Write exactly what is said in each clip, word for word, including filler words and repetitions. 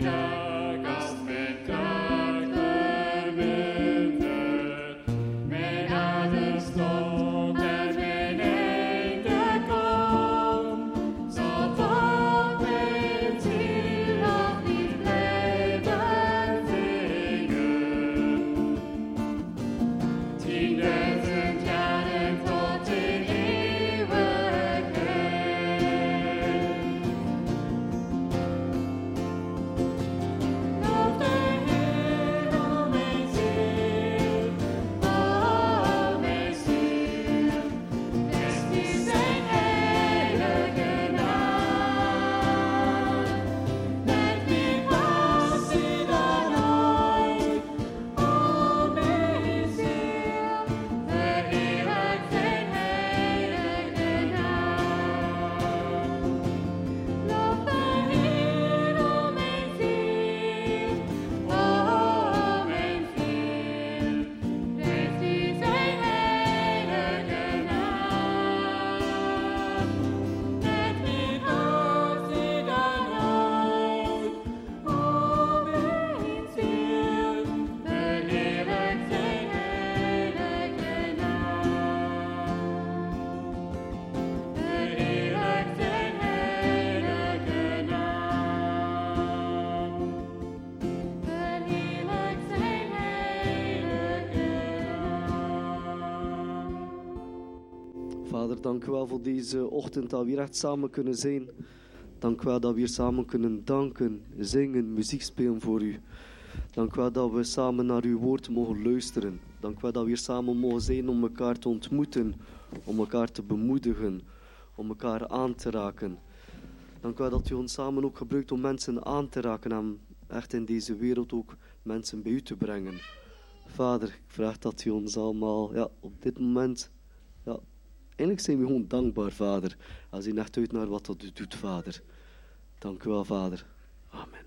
Vader, dank u wel voor deze ochtend dat we hier echt samen kunnen zijn. Dank u wel dat we hier samen kunnen danken, zingen, muziek spelen voor u. Dank u wel dat we samen naar uw woord mogen luisteren. Dank u wel dat we hier samen mogen zijn om elkaar te ontmoeten, om elkaar te bemoedigen, om elkaar aan te raken. Dank u wel dat u ons samen ook gebruikt om mensen aan te raken en echt in deze wereld ook mensen bij u te brengen. Vader, ik vraag dat u ons allemaal ja, op dit moment... Ja, eigenlijk zijn we gewoon dankbaar, Vader. Als u echt uit naar wat dat u doet, Vader. Dank u wel, Vader. Amen.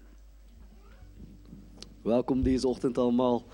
Welkom deze ochtend allemaal.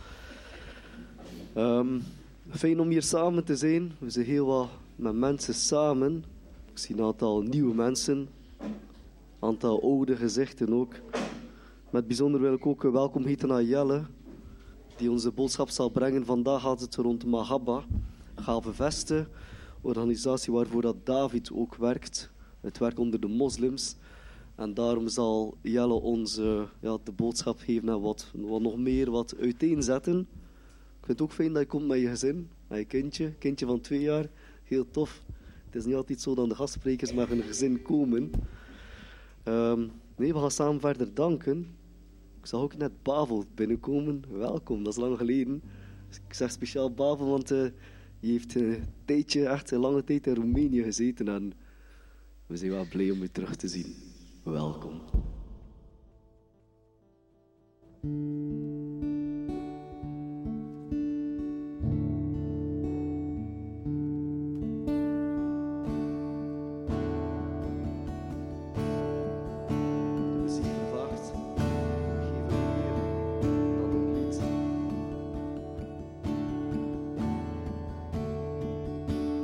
Um, fijn om hier samen te zijn. We zijn heel wat met mensen samen. Ik zie een aantal nieuwe mensen. Een aantal oude gezichten ook. Met bijzonder wil ik ook welkom heten aan Jelle, die onze boodschap zal brengen. Vandaag gaat het rond Mahabba, Gave Vesten, organisatie waarvoor dat David ook werkt. Het werkt onder de moslims. En daarom zal Jelle ons uh, ja, de boodschap geven en wat, wat nog meer wat uiteenzetten. Ik vind het ook fijn dat je komt met je gezin, met je kindje, kindje van twee jaar. Heel tof. Het is niet altijd zo dat de gastsprekers met hun gezin komen. Um, nee, we gaan samen verder danken. Ik zag ook net Bavel binnenkomen. Welkom, dat is lang geleden. Ik zeg speciaal Bavel, want uh, je heeft uh, een tijdje, echt een lange tijd in Roemenië gezeten. En we zijn wel blij om je terug te zien. Welkom.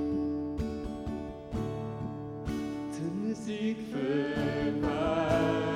Muziek verwaart.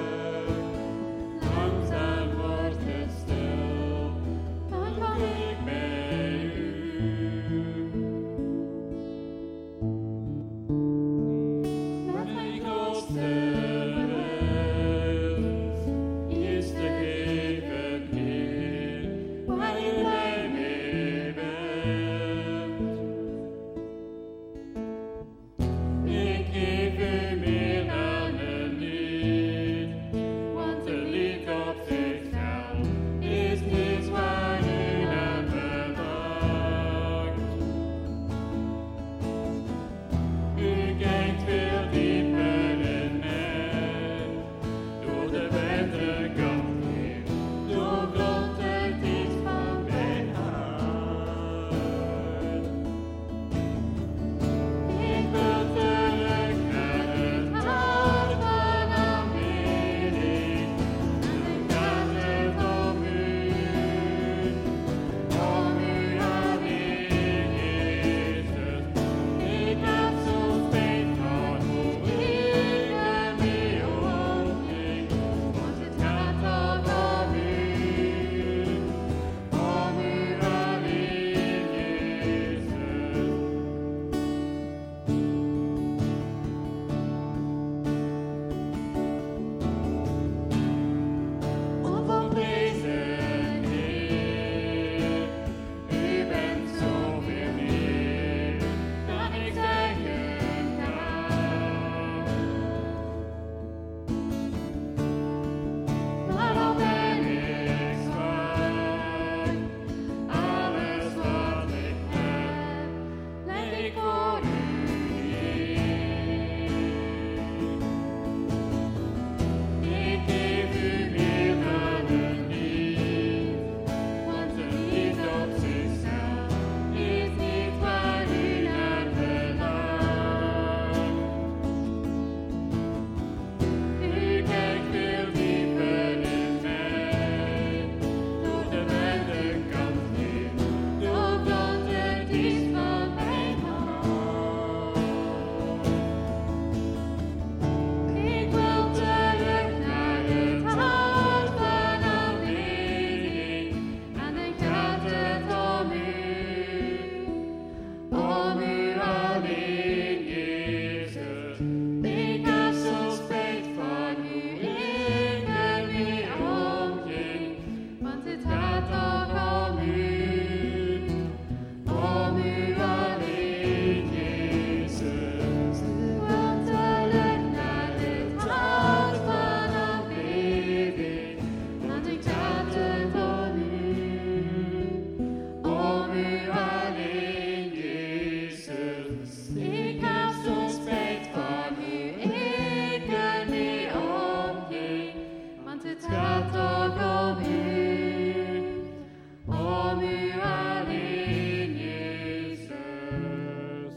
toch alweer om u alleen, Jezus.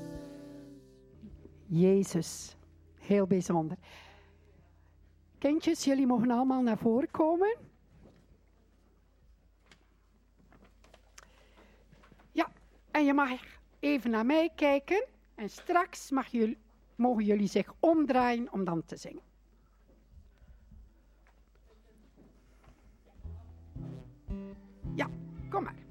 Jezus, heel bijzonder. Kindjes, jullie mogen allemaal naar voren komen. Ja, en je mag even naar mij kijken. En straks mag jullie, mogen jullie zich omdraaien om dan te zingen. Ja, kom maar.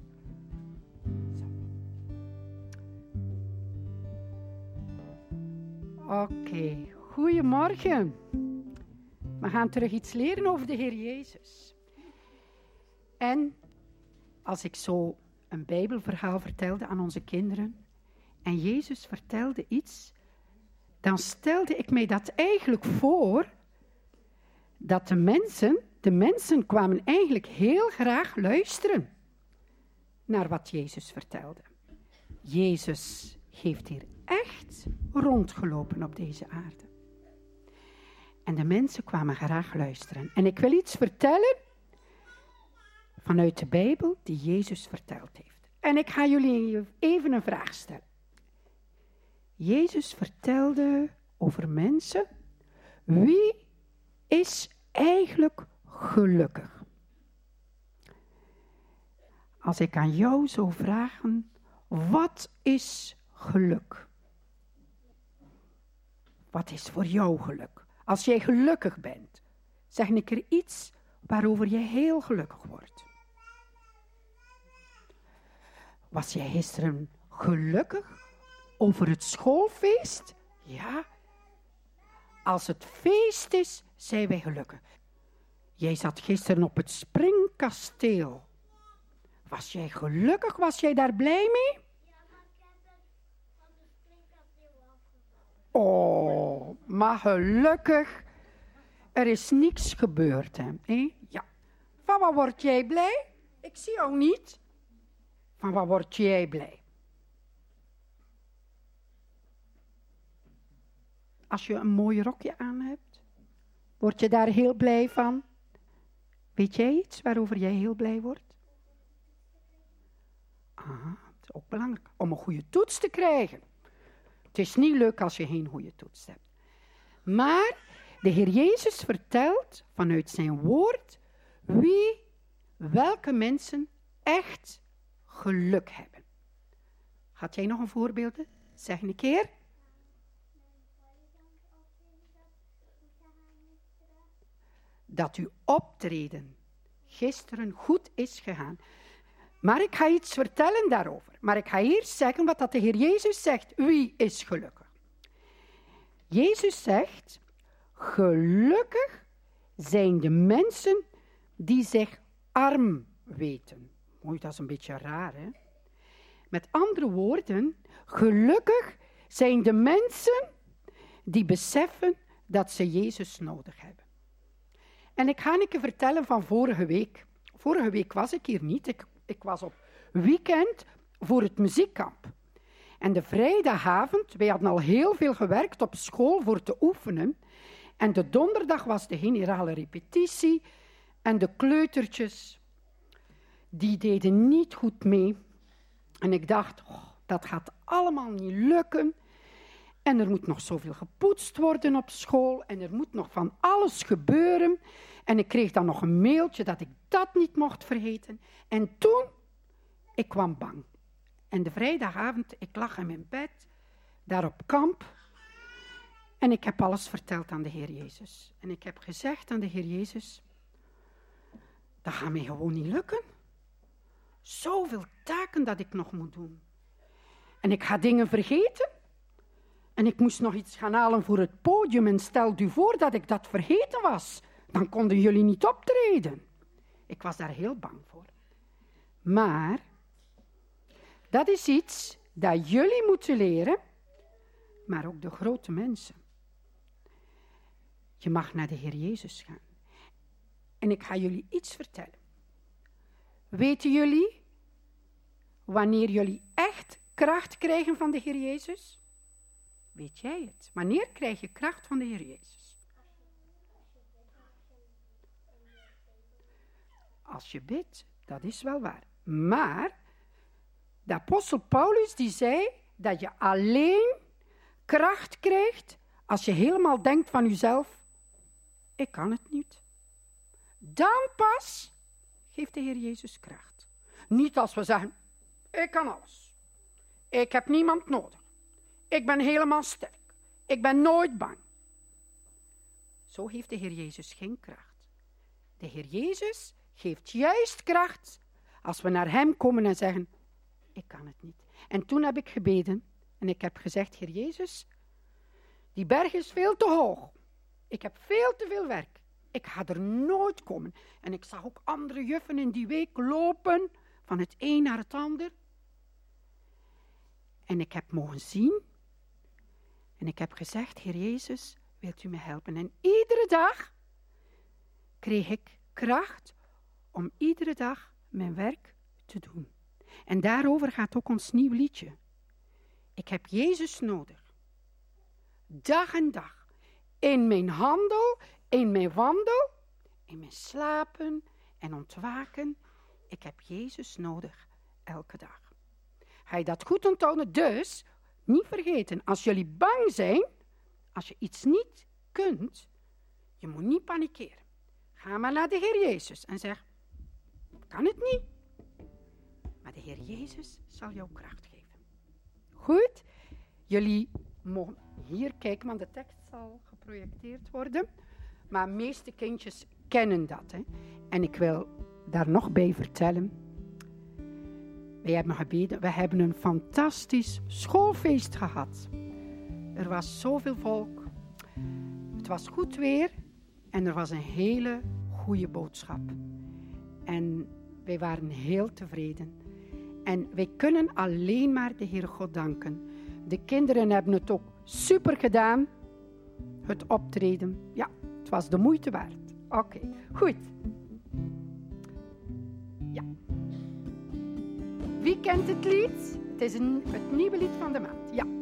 Oké, okay. Goedemorgen. We gaan terug iets leren over de Heer Jezus. En als ik zo een Bijbelverhaal vertelde aan onze kinderen en Jezus vertelde iets, dan stelde ik mij dat eigenlijk voor dat de mensen, de mensen kwamen eigenlijk heel graag luisteren naar wat Jezus vertelde. Jezus heeft hier echt rondgelopen op deze aarde. En de mensen kwamen graag luisteren. En ik wil iets vertellen vanuit de Bijbel die Jezus verteld heeft. En ik ga jullie even een vraag stellen. Jezus vertelde over mensen. Wie is eigenlijk gelukkig? Als ik aan jou zou vragen, wat is geluk? Wat is voor jou geluk? Als jij gelukkig bent, zeg ik er iets waarover je heel gelukkig wordt. Was jij gisteren gelukkig over het schoolfeest? Ja. Als het feest is, zijn wij gelukkig. Jij zat gisteren op het springkasteel. Was jij gelukkig? Was jij daar blij mee? Ja, maar ik heb het van het springkasteel afgevallen. Oh, maar gelukkig, er is niks gebeurd, hè? Eh? Ja. Van wat word jij blij? Ik zie jou niet. Van wat word jij blij? Als je een mooi rokje aan hebt, word je daar heel blij van? Weet jij iets waarover jij heel blij wordt? Ah, het is ook belangrijk om een goede toets te krijgen. Het is niet leuk als je geen goede toets hebt. Maar de Heer Jezus vertelt vanuit zijn woord wie, welke mensen echt geluk hebben. Had jij nog een voorbeeld? Zeg een keer. Dat uw optreden gisteren goed is gegaan. Maar ik ga iets vertellen daarover. Maar ik ga eerst zeggen wat dat de Heer Jezus zegt. Wie is gelukkig? Jezus zegt, gelukkig zijn de mensen die zich arm weten. Mooi, dat is een beetje raar, hè? Met andere woorden, gelukkig zijn de mensen die beseffen dat ze Jezus nodig hebben. En ik ga een keer vertellen van vorige week. Vorige week was ik hier niet. Ik, ik was op weekend voor het muziekkamp. En de vrijdagavond, wij hadden al heel veel gewerkt op school voor te oefenen. En de donderdag was de generale repetitie. En de kleutertjes, die deden niet goed mee. En ik dacht, oh, dat gaat allemaal niet lukken. En er moet nog zoveel gepoetst worden op school. En er moet nog van alles gebeuren. En ik kreeg dan nog een mailtje dat ik dat niet mocht vergeten. En toen, ik kwam bang. En de vrijdagavond, ik lag in mijn bed, daar op kamp. En ik heb alles verteld aan de Heer Jezus. En ik heb gezegd aan de Heer Jezus, dat gaat mij gewoon niet lukken. Zoveel taken dat ik nog moet doen. En ik ga dingen vergeten. En ik moest nog iets gaan halen voor het podium. En stel u voor dat ik dat vergeten was. Dan konden jullie niet optreden. Ik was daar heel bang voor. Maar dat is iets dat jullie moeten leren. Maar ook de grote mensen. Je mag naar de Heer Jezus gaan. En ik ga jullie iets vertellen. Weten jullie wanneer jullie echt kracht krijgen van de Heer Jezus? Weet jij het? Wanneer krijg je kracht van de Heer Jezus? als je bidt, dat is wel waar. Maar de apostel Paulus die zei dat je alleen kracht krijgt als je helemaal denkt van jezelf, ik kan het niet. Dan pas geeft de Heer Jezus kracht. Niet als we zeggen, ik kan alles. Ik heb niemand nodig. Ik ben helemaal sterk. Ik ben nooit bang. Zo heeft de Heer Jezus geen kracht. De Heer Jezus geeft juist kracht als we naar Hem komen en zeggen, ik kan het niet. En toen heb ik gebeden en ik heb gezegd, Heer Jezus, die berg is veel te hoog. Ik heb veel te veel werk. Ik ga er nooit komen. En ik zag ook andere juffen in die week lopen van het een naar het ander. En ik heb mogen zien. En ik heb gezegd, Heer Jezus, wilt u me helpen? En iedere dag kreeg ik kracht om iedere dag mijn werk te doen. En daarover gaat ook ons nieuw liedje. Ik heb Jezus nodig. Dag en dag. In mijn handel, in mijn wandel, in mijn slapen en ontwaken. Ik heb Jezus nodig elke dag. Ga je dat goed onthouden? Dus, niet vergeten, als jullie bang zijn, als je iets niet kunt, je moet niet panikeren. Ga maar naar de Heer Jezus en zeg, ik kan het niet. Maar de Heer Jezus zal jou kracht geven. Goed? Jullie mogen hier kijken, want de tekst zal geprojecteerd worden. Maar de meeste kindjes kennen dat. Hè? En ik wil daar nog bij vertellen. Wij hebben gebeden, we hebben een fantastisch schoolfeest gehad. Er was zoveel volk. Het was goed weer en er was een hele goede boodschap. En wij waren heel tevreden. En wij kunnen alleen maar de Heere God danken. De kinderen hebben het ook super gedaan. Het optreden, ja, het was de moeite waard. Oké, okay, goed. Ja. Wie kent het lied? Het is een, het nieuwe lied van de maand, ja.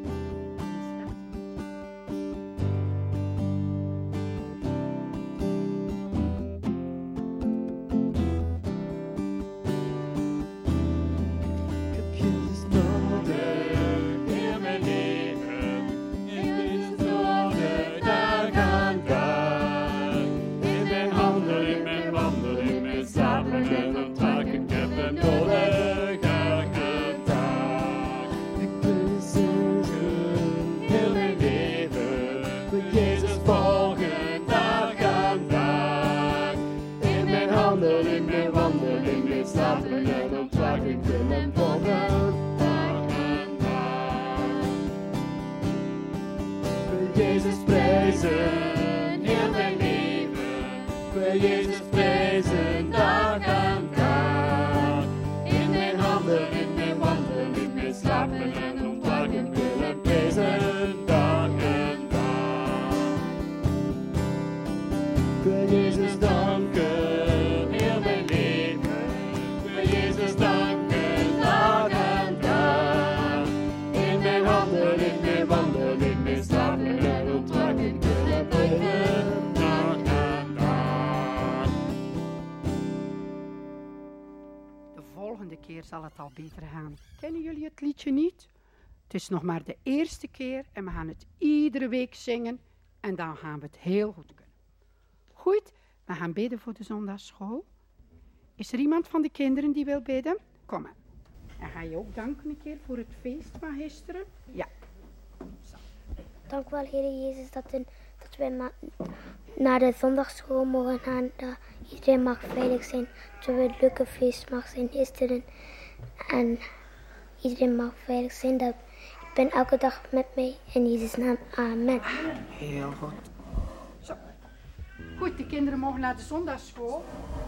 Zal het al beter gaan. Kennen jullie het liedje niet? Het is nog maar de eerste keer en we gaan het iedere week zingen en dan gaan we het heel goed kunnen. Goed, we gaan bidden voor de zondagsschool. Is er iemand van de kinderen die wil bidden? Kom maar. En ga je ook danken een keer voor het feest van gisteren? Ja. Zo. Dank wel, Heer Jezus, dat, in, dat we ma- naar de zondagsschool mogen gaan. Dat iedereen mag veilig zijn. Dat we het leuke feest mag zijn gisteren. En iedereen mag veilig zijn. Dat ik ben elke dag met mij. In Jezus' naam. Amen. Heel goed. Zo. Goed, de kinderen mogen naar de zondagsschool.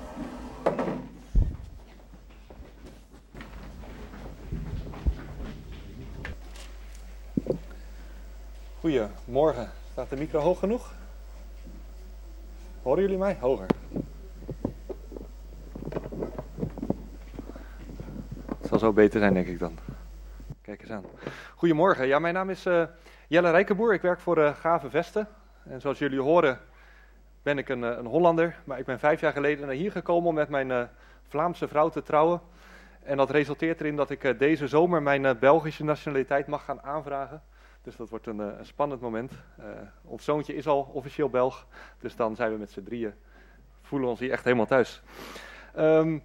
Goedemorgen. Staat de micro hoog genoeg? Horen jullie mij? Hoger. Het zal zo beter zijn, denk ik dan. Kijk eens aan. Goedemorgen. Ja, mijn naam is uh, Jelle Rijkenboer. Ik werk voor uh, Gave Vesten. En zoals jullie horen ben ik een, een Hollander, maar ik ben vijf jaar geleden naar hier gekomen om met mijn uh, Vlaamse vrouw te trouwen. En dat resulteert erin dat ik uh, deze zomer mijn uh, Belgische nationaliteit mag gaan aanvragen. Dus dat wordt een, uh, een spannend moment. Uh, ons zoontje is al officieel Belg, dus dan zijn we met z'n drieën, voelen we ons hier echt helemaal thuis. Um,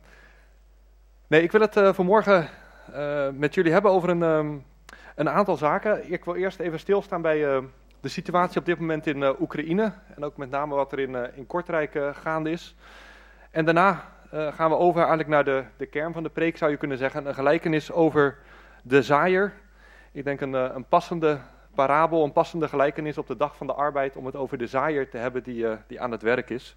nee, ik wil het uh, vanmorgen uh, met jullie hebben over een, um, een aantal zaken. Ik wil eerst even stilstaan bij uh, de situatie op dit moment in uh, Oekraïne. En ook met name wat er in, uh, in Kortrijk uh, gaande is. En daarna uh, gaan we over eigenlijk naar de, de kern van de preek, zou je kunnen zeggen. Een gelijkenis over de zaaier. Ik denk een, uh, een passende parabel, een passende gelijkenis op de dag van de arbeid om het over de zaaier te hebben die, uh, die aan het werk is.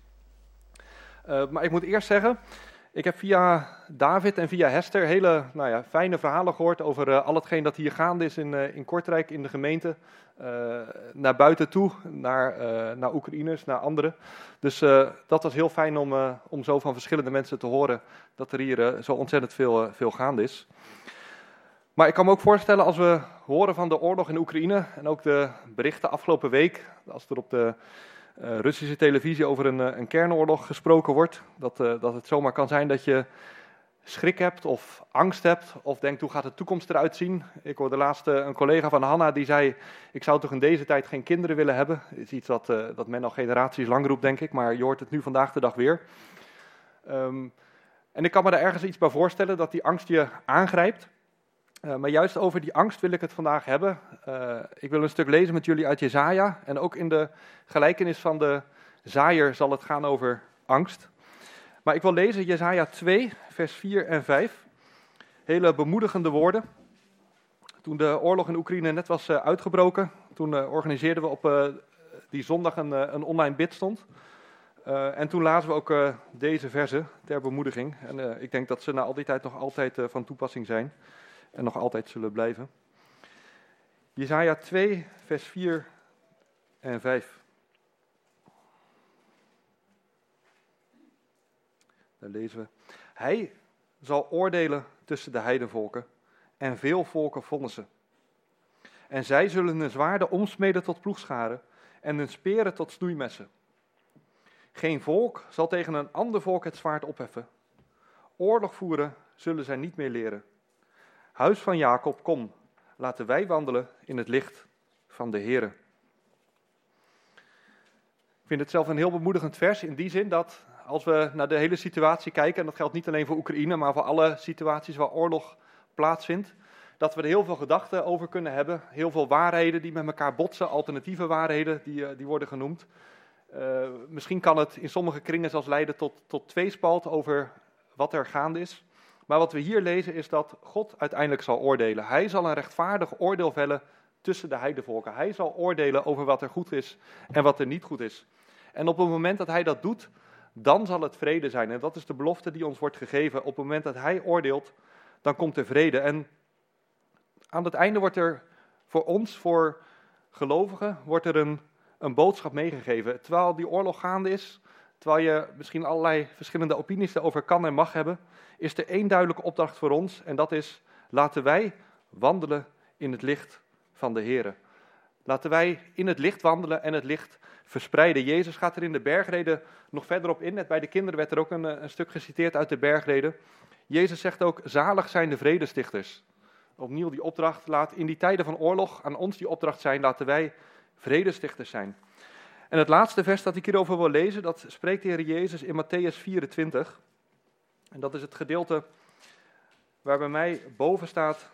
Uh, maar ik moet eerst zeggen, ik heb via David en via Hester hele nou ja, fijne verhalen gehoord over uh, al hetgeen dat hier gaande is in, uh, in Kortrijk, in de gemeente. Uh, naar buiten toe, naar, uh, naar Oekraïners, naar anderen. Dus uh, dat was heel fijn om, uh, om zo van verschillende mensen te horen dat er hier uh, zo ontzettend veel, uh, veel gaande is. Maar ik kan me ook voorstellen als we horen van de oorlog in Oekraïne en ook de berichten afgelopen week, als er op de uh, Russische televisie over een, uh, een kernoorlog gesproken wordt, dat, uh, dat het zomaar kan zijn dat je schrik hebt of angst hebt of denkt hoe gaat de toekomst eruit zien. Ik hoorde laatst uh, een collega van Hanna die zei, ik zou toch in deze tijd geen kinderen willen hebben. Dat is iets dat, uh, dat men al generaties lang roept denk ik, maar je hoort het nu vandaag de dag weer. Um, en ik kan me daar ergens iets bij voorstellen dat die angst je aangrijpt. Uh, maar juist over die angst wil ik het vandaag hebben. Uh, ik wil een stuk lezen met jullie uit Jesaja. En ook in de gelijkenis van de zaaier zal het gaan over angst. Maar ik wil lezen Jesaja twee, vers vier en vijf. Hele bemoedigende woorden. Toen de oorlog in Oekraïne net was uh, uitgebroken, toen uh, organiseerden we op uh, die zondag een, uh, een online bidstond. Uh, en toen lazen we ook uh, deze verzen ter bemoediging. En uh, ik denk dat ze na al die tijd nog altijd uh, van toepassing zijn. En nog altijd zullen blijven. Jesaja twee, vers vier en vijf. Daar lezen we. Hij zal oordelen tussen de heidenvolken en veel volken vonnissen. En zij zullen hun zwaarden omsmeden tot ploegscharen en hun speren tot snoeimessen. Geen volk zal tegen een ander volk het zwaard opheffen. Oorlog voeren zullen zij niet meer leren. Huis van Jacob, kom, laten wij wandelen in het licht van de Heere. Ik vind het zelf een heel bemoedigend vers in die zin dat als we naar de hele situatie kijken, en dat geldt niet alleen voor Oekraïne, maar voor alle situaties waar oorlog plaatsvindt, dat we er heel veel gedachten over kunnen hebben, heel veel waarheden die met elkaar botsen, alternatieve waarheden die, die worden genoemd. Uh, misschien kan het in sommige kringen zelfs leiden tot, tot tweespalt over wat er gaande is. Maar wat we hier lezen is dat God uiteindelijk zal oordelen. Hij zal een rechtvaardig oordeel vellen tussen de heidenvolken. Hij zal oordelen over wat er goed is en wat er niet goed is. En op het moment dat hij dat doet, dan zal het vrede zijn. En dat is de belofte die ons wordt gegeven. Op het moment dat hij oordeelt, dan komt er vrede. En aan het einde wordt er voor ons, voor gelovigen, wordt er een, een boodschap meegegeven. Terwijl die oorlog gaande is, terwijl je misschien allerlei verschillende opinies erover kan en mag hebben, is er één duidelijke opdracht voor ons en dat is, laten wij wandelen in het licht van de Heere. Laten wij in het licht wandelen en het licht verspreiden. Jezus gaat er in de bergreden nog verder op in. Net bij de kinderen werd er ook een, een stuk geciteerd uit de bergreden. Jezus zegt ook, zalig zijn de vredestichters. Opnieuw die opdracht, laat in die tijden van oorlog aan ons die opdracht zijn, laten wij vredestichters zijn. En het laatste vers dat ik hierover wil lezen, dat spreekt de Heer Jezus in Matthäus vierentwintig. En dat is het gedeelte waar bij mij boven staat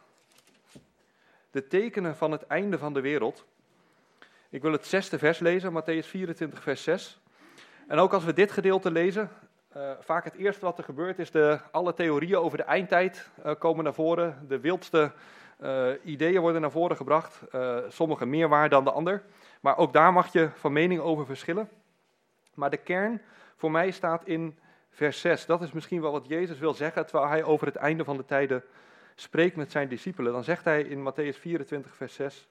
de tekenen van het einde van de wereld. Ik wil het zesde vers lezen, Matthäus vierentwintig vers zes. En ook als we dit gedeelte lezen, uh, vaak het eerste wat er gebeurt is, de, alle theorieën over de eindtijd uh, komen naar voren. De wildste uh, ideeën worden naar voren gebracht, uh, sommige meer waar dan de ander. Maar ook daar mag je van mening over verschillen. Maar de kern voor mij staat in vers zes. Dat is misschien wel wat Jezus wil zeggen, terwijl hij over het einde van de tijden spreekt met zijn discipelen. Dan zegt hij in Matthäus vierentwintig vers zes.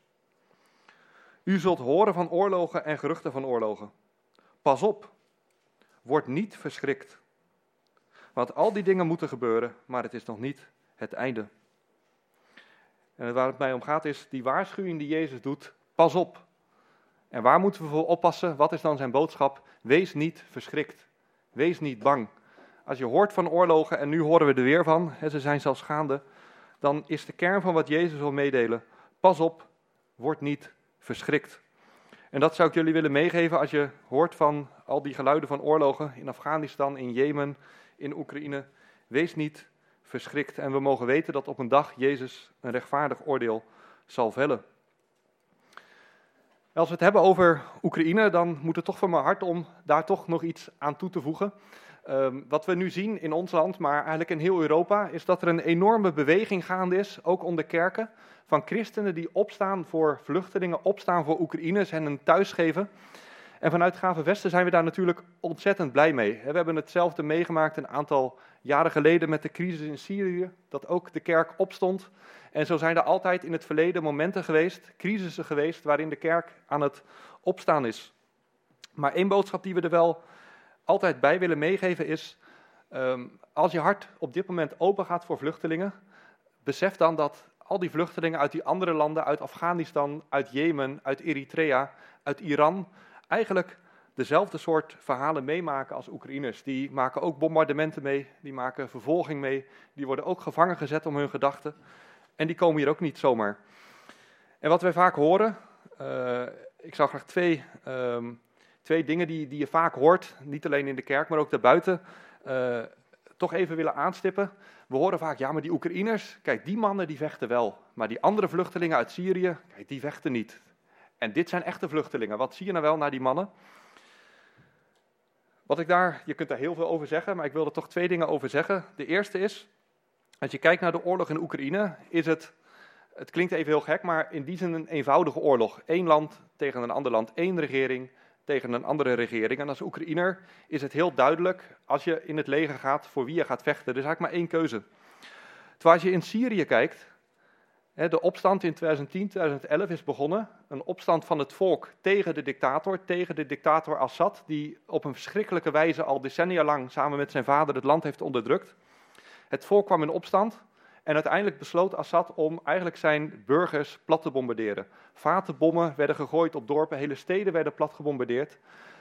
U zult horen van oorlogen en geruchten van oorlogen. Pas op, word niet verschrikt. Want al die dingen moeten gebeuren, maar het is nog niet het einde. En waar het mij om gaat is die waarschuwing die Jezus doet, pas op. En waar moeten we voor oppassen? Wat is dan zijn boodschap? Wees niet verschrikt. Wees niet bang. Als je hoort van oorlogen, en nu horen we er weer van, hè, ze zijn zelfs gaande, dan is de kern van wat Jezus wil meedelen: pas op, word niet verschrikt. En dat zou ik jullie willen meegeven als je hoort van al die geluiden van oorlogen in Afghanistan, in Jemen, in Oekraïne. Wees niet verschrikt. En we mogen weten dat op een dag Jezus een rechtvaardig oordeel zal vellen. Als we het hebben over Oekraïne, dan moet het toch voor mijn hart om daar toch nog iets aan toe te voegen. Um, wat we nu zien in ons land, maar eigenlijk in heel Europa, is dat er een enorme beweging gaande is, ook onder kerken, van christenen die opstaan voor vluchtelingen, opstaan voor Oekraïners en een thuis geven. En vanuit Gave Westen zijn we daar natuurlijk ontzettend blij mee. We hebben hetzelfde meegemaakt een aantal jaren geleden met de crisis in Syrië, dat ook de kerk opstond. En zo zijn er altijd in het verleden momenten geweest, crisissen geweest, waarin de kerk aan het opstaan is. Maar één boodschap die we er wel altijd bij willen meegeven is, um, als je hart op dit moment open gaat voor vluchtelingen, besef dan dat al die vluchtelingen uit die andere landen, uit Afghanistan, uit Jemen, uit Eritrea, uit Iran, eigenlijk dezelfde soort verhalen meemaken als Oekraïners. Die maken ook bombardementen mee, die maken vervolging mee, die worden ook gevangen gezet om hun gedachten. En die komen hier ook niet zomaar. En wat wij vaak horen, uh, ik zou graag twee, um, twee dingen die, die je vaak hoort, niet alleen in de kerk, maar ook daarbuiten, uh, toch even willen aanstippen. We horen vaak, ja, maar die Oekraïners, kijk, die mannen die vechten wel. Maar die andere vluchtelingen uit Syrië, kijk, die vechten niet. En dit zijn echte vluchtelingen. Wat zie je nou wel naar die mannen? Wat ik daar, je kunt daar heel veel over zeggen, maar ik wil er toch twee dingen over zeggen. De eerste is, als je kijkt naar de oorlog in Oekraïne, is het, het klinkt even heel gek, maar in die zin een eenvoudige oorlog. Eén land tegen een ander land, één regering tegen een andere regering. En als Oekraïner is het heel duidelijk, als je in het leger gaat, voor wie je gaat vechten. Er is eigenlijk maar één keuze. Terwijl als je in Syrië kijkt, de opstand in twintig tien, twintig elf is begonnen. Een opstand van het volk tegen de dictator, tegen de dictator Assad, die op een verschrikkelijke wijze al decennia lang samen met zijn vader het land heeft onderdrukt. Het volk kwam in opstand en uiteindelijk besloot Assad om eigenlijk zijn burgers plat te bombarderen. Vatenbommen werden gegooid op dorpen, hele steden werden plat gebombardeerd.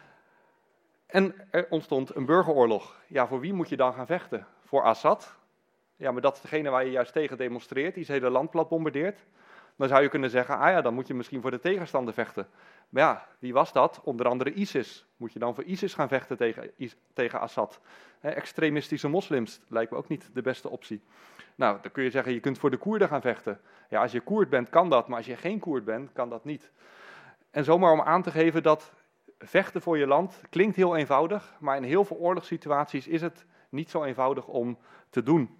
En er ontstond een burgeroorlog. Ja, voor wie moet je dan gaan vechten? Voor Assad? Ja, maar dat is degene waar je juist tegen demonstreert, die zijn hele land plat bombardeert. Dan zou je kunnen zeggen, ah ja, dan moet je misschien voor de tegenstander vechten. Maar ja, wie was dat? Onder andere ISIS. Moet je dan voor ISIS gaan vechten tegen, tegen Assad? He, extremistische moslims lijkt me ook niet de beste optie. Nou, dan kun je zeggen, je kunt voor de Koerden gaan vechten. Ja, als je Koerd bent, kan dat, maar als je geen Koerd bent, kan dat niet. En zomaar om aan te geven dat vechten voor je land klinkt heel eenvoudig, maar in heel veel oorlogssituaties is het niet zo eenvoudig om te doen.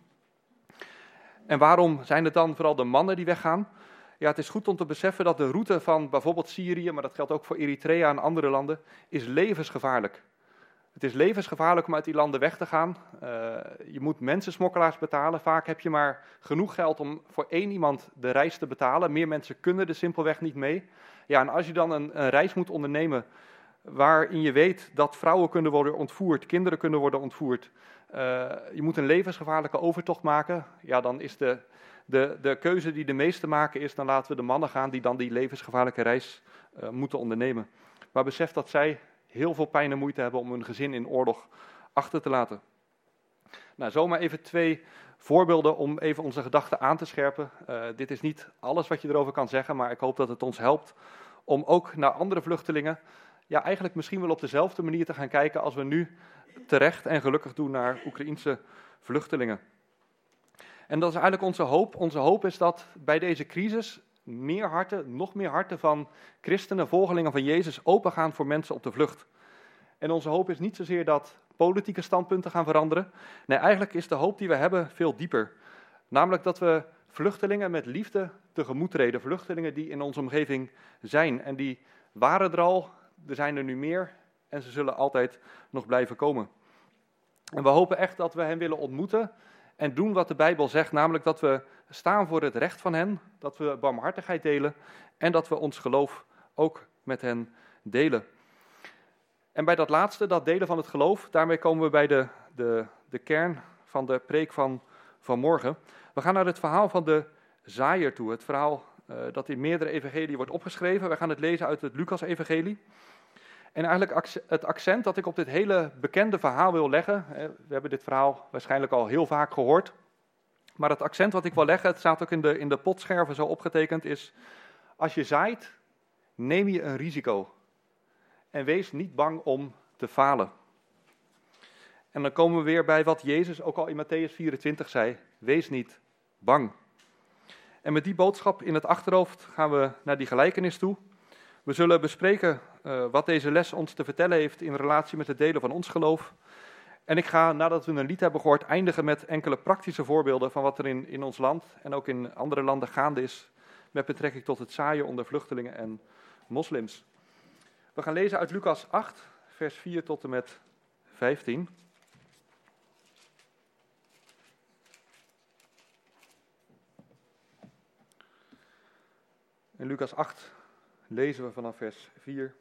En waarom zijn het dan vooral de mannen die weggaan? Ja, het is goed om te beseffen dat de route van bijvoorbeeld Syrië, maar dat geldt ook voor Eritrea en andere landen, is levensgevaarlijk. Het is levensgevaarlijk om uit die landen weg te gaan. Uh, je moet mensensmokkelaars betalen. Vaak heb je maar genoeg geld om voor één iemand de reis te betalen. Meer mensen kunnen er simpelweg niet mee. Ja, en als je dan een, een reis moet ondernemen waarin je weet dat vrouwen kunnen worden ontvoerd, kinderen kunnen worden ontvoerd, uh, je moet een levensgevaarlijke overtocht maken, ja, dan is de, de, de keuze die de meesten maken is, dan laten we de mannen gaan die dan die levensgevaarlijke reis uh, moeten ondernemen. Maar besef dat zij heel veel pijn en moeite hebben om hun gezin in oorlog achter te laten. Nou, zomaar even twee voorbeelden om even onze gedachten aan te scherpen. Uh, dit is niet alles wat je erover kan zeggen, maar ik hoop dat het ons helpt om ook naar andere vluchtelingen, ja, eigenlijk misschien wel op dezelfde manier te gaan kijken als we nu terecht en gelukkig doen naar Oekraïense vluchtelingen. En dat is eigenlijk onze hoop. Onze hoop is dat bij deze crisis meer harten, nog meer harten van christenen, volgelingen van Jezus, opengaan voor mensen op de vlucht. En onze hoop is niet zozeer dat politieke standpunten gaan veranderen. Nee, eigenlijk is de hoop die we hebben veel dieper. Namelijk dat we vluchtelingen met liefde tegemoet treden. Vluchtelingen die in onze omgeving zijn. En die waren er al, er zijn er nu meer en ze zullen altijd nog blijven komen. En we hopen echt dat we hen willen ontmoeten en doen wat de Bijbel zegt, namelijk dat we staan voor het recht van hen, dat we barmhartigheid delen en dat we ons geloof ook met hen delen. En bij dat laatste, dat delen van het geloof, daarmee komen we bij de, de, de kern van de preek van vanmorgen. We gaan naar het verhaal van de zaaier toe, het verhaal uh, dat in meerdere evangeliën wordt opgeschreven. Wij gaan het lezen uit het Lucas-evangelie. En eigenlijk het accent dat ik op dit hele bekende verhaal wil leggen, hè, we hebben dit verhaal waarschijnlijk al heel vaak gehoord, maar het accent wat ik wil leggen, het staat ook in de, in de potscherven zo opgetekend, is: als je zaait, neem je een risico. En wees niet bang om te falen. En dan komen we weer bij wat Jezus ook al in Matthäus vierentwintig zei: wees niet bang. En met die boodschap in het achterhoofd gaan we naar die gelijkenis toe. We zullen bespreken uh, wat deze les ons te vertellen heeft in relatie met het delen van ons geloof. En ik ga, nadat we een lied hebben gehoord, eindigen met enkele praktische voorbeelden van wat er in, in ons land en ook in andere landen gaande is met betrekking tot het zaaien onder vluchtelingen en moslims. We gaan lezen uit Lucas acht, vers vier tot en met vijftien. In Lucas acht lezen we vanaf vers vier.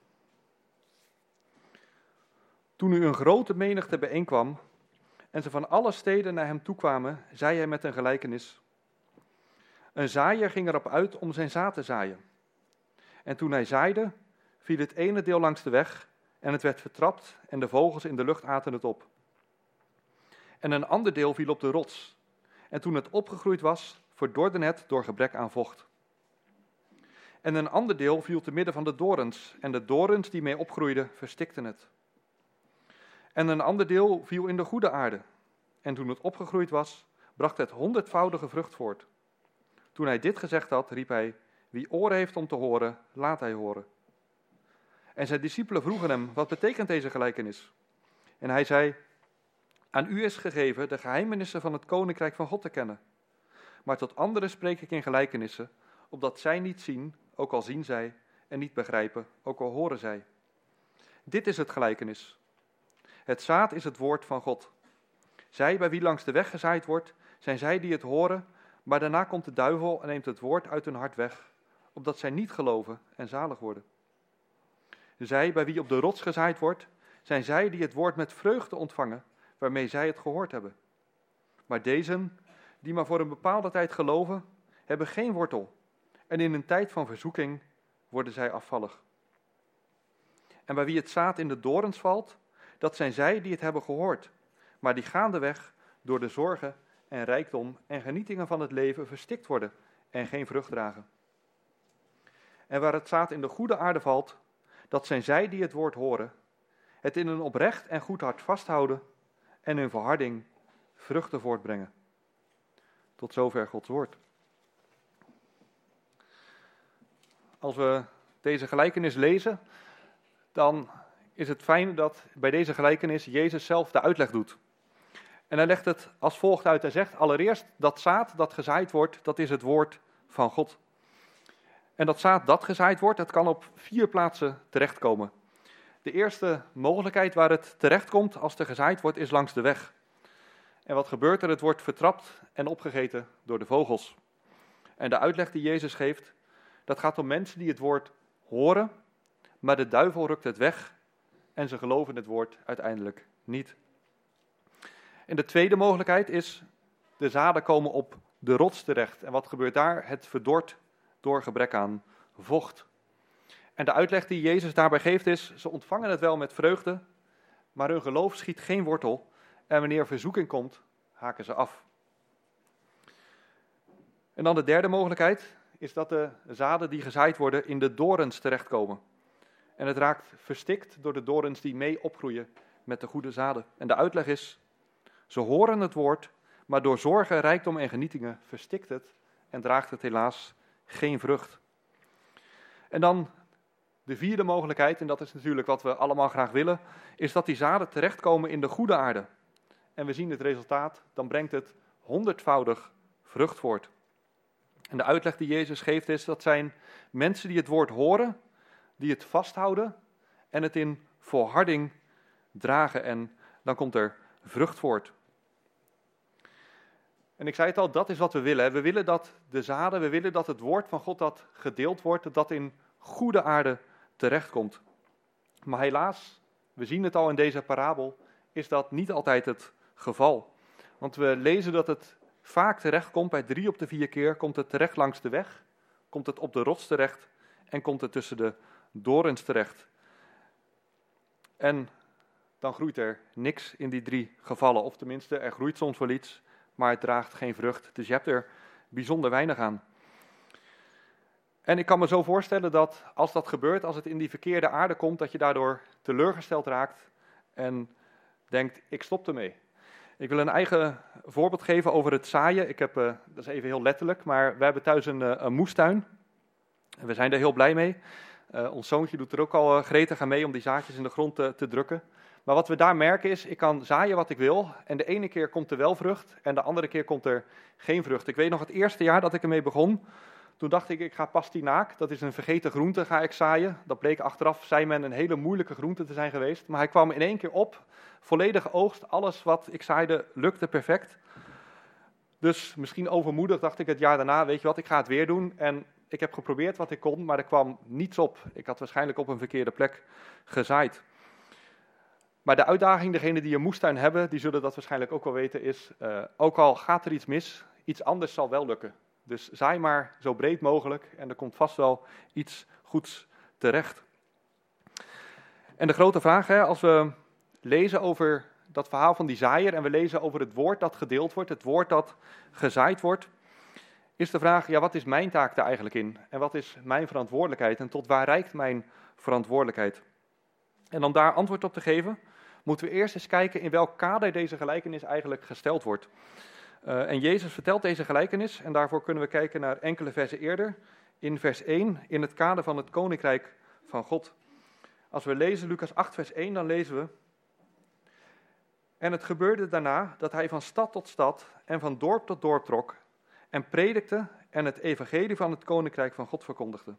Toen nu een grote menigte bijeenkwam en ze van alle steden naar hem toekwamen, zei hij met een gelijkenis: een zaaier ging erop uit om zijn zaad te zaaien. En toen hij zaaide, viel het ene deel langs de weg en het werd vertrapt en de vogels in de lucht aten het op. En een ander deel viel op de rots. En toen het opgegroeid was, verdorde het door gebrek aan vocht. En een ander deel viel te midden van de dorens, en de dorens die mee opgroeiden, verstikten het. En een ander deel viel in de goede aarde, en toen het opgegroeid was, bracht het honderdvoudige vrucht voort. Toen hij dit gezegd had, riep hij: wie oren heeft om te horen, laat hij horen. En zijn discipelen vroegen hem: wat betekent deze gelijkenis? En hij zei: aan u is gegeven de geheimenissen van het koninkrijk van God te kennen. Maar tot anderen spreek ik in gelijkenissen, opdat zij niet zien, ook al zien zij, en niet begrijpen, ook al horen zij. Dit is het gelijkenis. Het zaad is het woord van God. Zij bij wie langs de weg gezaaid wordt, zijn zij die het horen, maar daarna komt de duivel en neemt het woord uit hun hart weg, opdat zij niet geloven en zalig worden. Zij bij wie op de rots gezaaid wordt, zijn zij die het woord met vreugde ontvangen, waarmee zij het gehoord hebben. Maar dezen, die maar voor een bepaalde tijd geloven, hebben geen wortel, en in een tijd van verzoeking worden zij afvallig. En bij wie het zaad in de dorens valt, dat zijn zij die het hebben gehoord, maar die gaandeweg door de zorgen en rijkdom en genietingen van het leven verstikt worden en geen vrucht dragen. En waar het zaad in de goede aarde valt, dat zijn zij die het woord horen, het in een oprecht en goed hart vasthouden en hun verharding vruchten voortbrengen. Tot zover Gods woord. Als we deze gelijkenis lezen, dan is het fijn dat bij deze gelijkenis Jezus zelf de uitleg doet. En hij legt het als volgt uit. Hij zegt allereerst, dat zaad dat gezaaid wordt, dat is het woord van God. En dat zaad dat gezaaid wordt, dat kan op vier plaatsen terechtkomen. De eerste mogelijkheid waar het terechtkomt als er gezaaid wordt, is langs de weg. En wat gebeurt er? Het wordt vertrapt en opgegeten door de vogels. En de uitleg die Jezus geeft, dat gaat om mensen die het woord horen, maar de duivel rukt het weg en ze geloven het woord uiteindelijk niet. En de tweede mogelijkheid is, de zaden komen op de rots terecht. En wat gebeurt daar? Het verdort door gebrek aan vocht. En de uitleg die Jezus daarbij geeft is, ze ontvangen het wel met vreugde, maar hun geloof schiet geen wortel en wanneer verzoeking komt, haken ze af. En dan de derde mogelijkheid is dat de zaden die gezaaid worden in de dorens terechtkomen. En het raakt verstikt door de dorens die mee opgroeien met de goede zaden. En de uitleg is, ze horen het woord, maar door zorgen, rijkdom en genietingen verstikt het en draagt het helaas geen vrucht. En dan de vierde mogelijkheid, en dat is natuurlijk wat we allemaal graag willen, is dat die zaden terechtkomen in de goede aarde. En we zien het resultaat, dan brengt het honderdvoudig vrucht voort. En de uitleg die Jezus geeft is, dat zijn mensen die het woord horen, die het vasthouden en het in volharding dragen en dan komt er vrucht voort. En ik zei het al, dat is wat we willen. We willen dat de zaden, we willen dat het woord van God dat gedeeld wordt, dat dat in goede aarde terechtkomt. Maar helaas, we zien het al in deze parabel, is dat niet altijd het geval. Want we lezen dat het vaak terechtkomt, bij drie op de vier keer komt het terecht langs de weg, komt het op de rots terecht en komt het tussen de dorens terecht. En dan groeit er niks in die drie gevallen. Of tenminste, er groeit soms wel iets, maar het draagt geen vrucht. Dus je hebt er bijzonder weinig aan. En ik kan me zo voorstellen dat als dat gebeurt, als het in die verkeerde aarde komt, dat je daardoor teleurgesteld raakt en denkt, ik stop ermee. Ik wil een eigen voorbeeld geven over het zaaien. Ik heb, uh, dat is even heel letterlijk, maar we hebben thuis een, uh, een moestuin. En we zijn daar heel blij mee. Uh, ons zoontje doet er ook al uh, gretig aan mee om die zaadjes in de grond te, te drukken. Maar wat we daar merken is, ik kan zaaien wat ik wil. En de ene keer komt er wel vrucht en de andere keer komt er geen vrucht. Ik weet nog het eerste jaar dat ik ermee begon. Toen dacht ik, ik ga pastinaak, dat is een vergeten groente, ga ik zaaien. Dat bleek achteraf, zei men, een hele moeilijke groente te zijn geweest. Maar hij kwam in één keer op, volledige oogst, alles wat ik zaaide lukte perfect. Dus misschien overmoedig dacht ik het jaar daarna, weet je wat, ik ga het weer doen. En ik heb geprobeerd wat ik kon, maar er kwam niets op. Ik had waarschijnlijk op een verkeerde plek gezaaid. Maar de uitdaging, degenen die een moestuin hebben, die zullen dat waarschijnlijk ook wel weten, is, uh, ook al gaat er iets mis, iets anders zal wel lukken. Dus zaai maar zo breed mogelijk en er komt vast wel iets goeds terecht. En de grote vraag, hè, als we lezen over dat verhaal van die zaaier en we lezen over het woord dat gedeeld wordt, het woord dat gezaaid wordt, is de vraag, ja, wat is mijn taak daar eigenlijk in? En wat is mijn verantwoordelijkheid? En tot waar reikt mijn verantwoordelijkheid? En om daar antwoord op te geven, moeten we eerst eens kijken in welk kader deze gelijkenis eigenlijk gesteld wordt. Uh, en Jezus vertelt deze gelijkenis en daarvoor kunnen we kijken naar enkele versen eerder. In vers één, in het kader van het koninkrijk van God. Als we lezen Lucas acht vers één, dan lezen we: En het gebeurde daarna dat hij van stad tot stad en van dorp tot dorp trok en predikte en het evangelie van het koninkrijk van God verkondigde.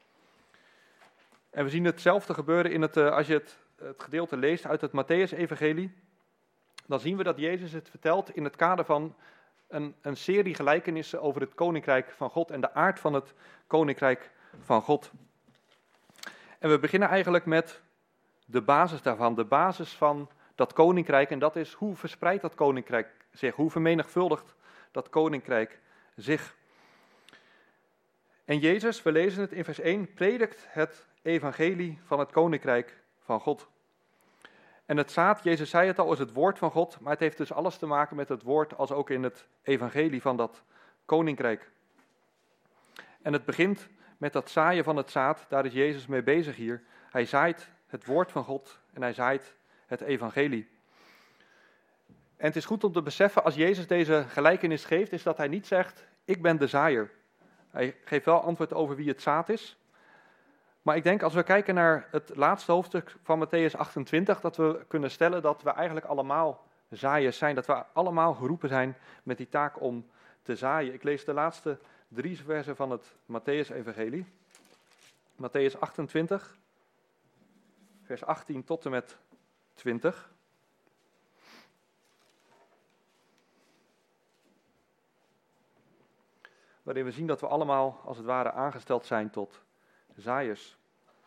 En we zien hetzelfde gebeuren in het, uh, als je het, het gedeelte leest uit het Mattheüs-evangelie. Dan zien we dat Jezus het vertelt in het kader van een, een serie gelijkenissen over het koninkrijk van God en de aard van het koninkrijk van God. En we beginnen eigenlijk met de basis daarvan, de basis van dat koninkrijk. En dat is, hoe verspreidt dat koninkrijk zich? Hoe vermenigvuldigt dat koninkrijk zich? En Jezus, we lezen het in vers één, predikt het evangelie van het koninkrijk van God. En het zaad, Jezus zei het al, is het woord van God, maar het heeft dus alles te maken met het woord als ook in het evangelie van dat koninkrijk. En het begint met dat zaaien van het zaad, daar is Jezus mee bezig hier. Hij zaait het woord van God en hij zaait het evangelie. En het is goed om te beseffen, als Jezus deze gelijkenis geeft, is dat hij niet zegt, ik ben de zaaier. Hij geeft wel antwoord over wie het zaad is. Maar ik denk, als we kijken naar het laatste hoofdstuk van Mattheüs achtentwintig, dat we kunnen stellen dat we eigenlijk allemaal zaaiers zijn. Dat we allemaal geroepen zijn met die taak om te zaaien. Ik lees de laatste drie versen van het Mattheüs-evangelie. Mattheüs achtentwintig, vers achttien tot en met twintig. Waarin we zien dat we allemaal, als het ware, aangesteld zijn tot zaaiers.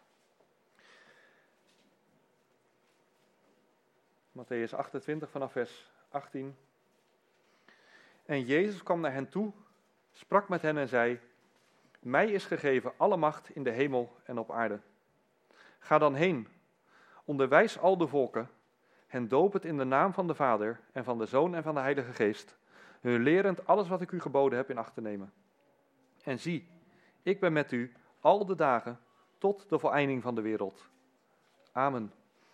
Mattheüs achtentwintig vanaf vers achttien. En Jezus kwam naar hen toe, sprak met hen en zei: Mij is gegeven alle macht in de hemel en op aarde. Ga dan heen, onderwijs al de volken, hen doopend in de naam van de Vader en van de Zoon en van de Heilige Geest, hun lerend alles wat ik u geboden heb in acht te nemen. En zie, ik ben met u al de dagen tot de voleinding van de wereld. Amen.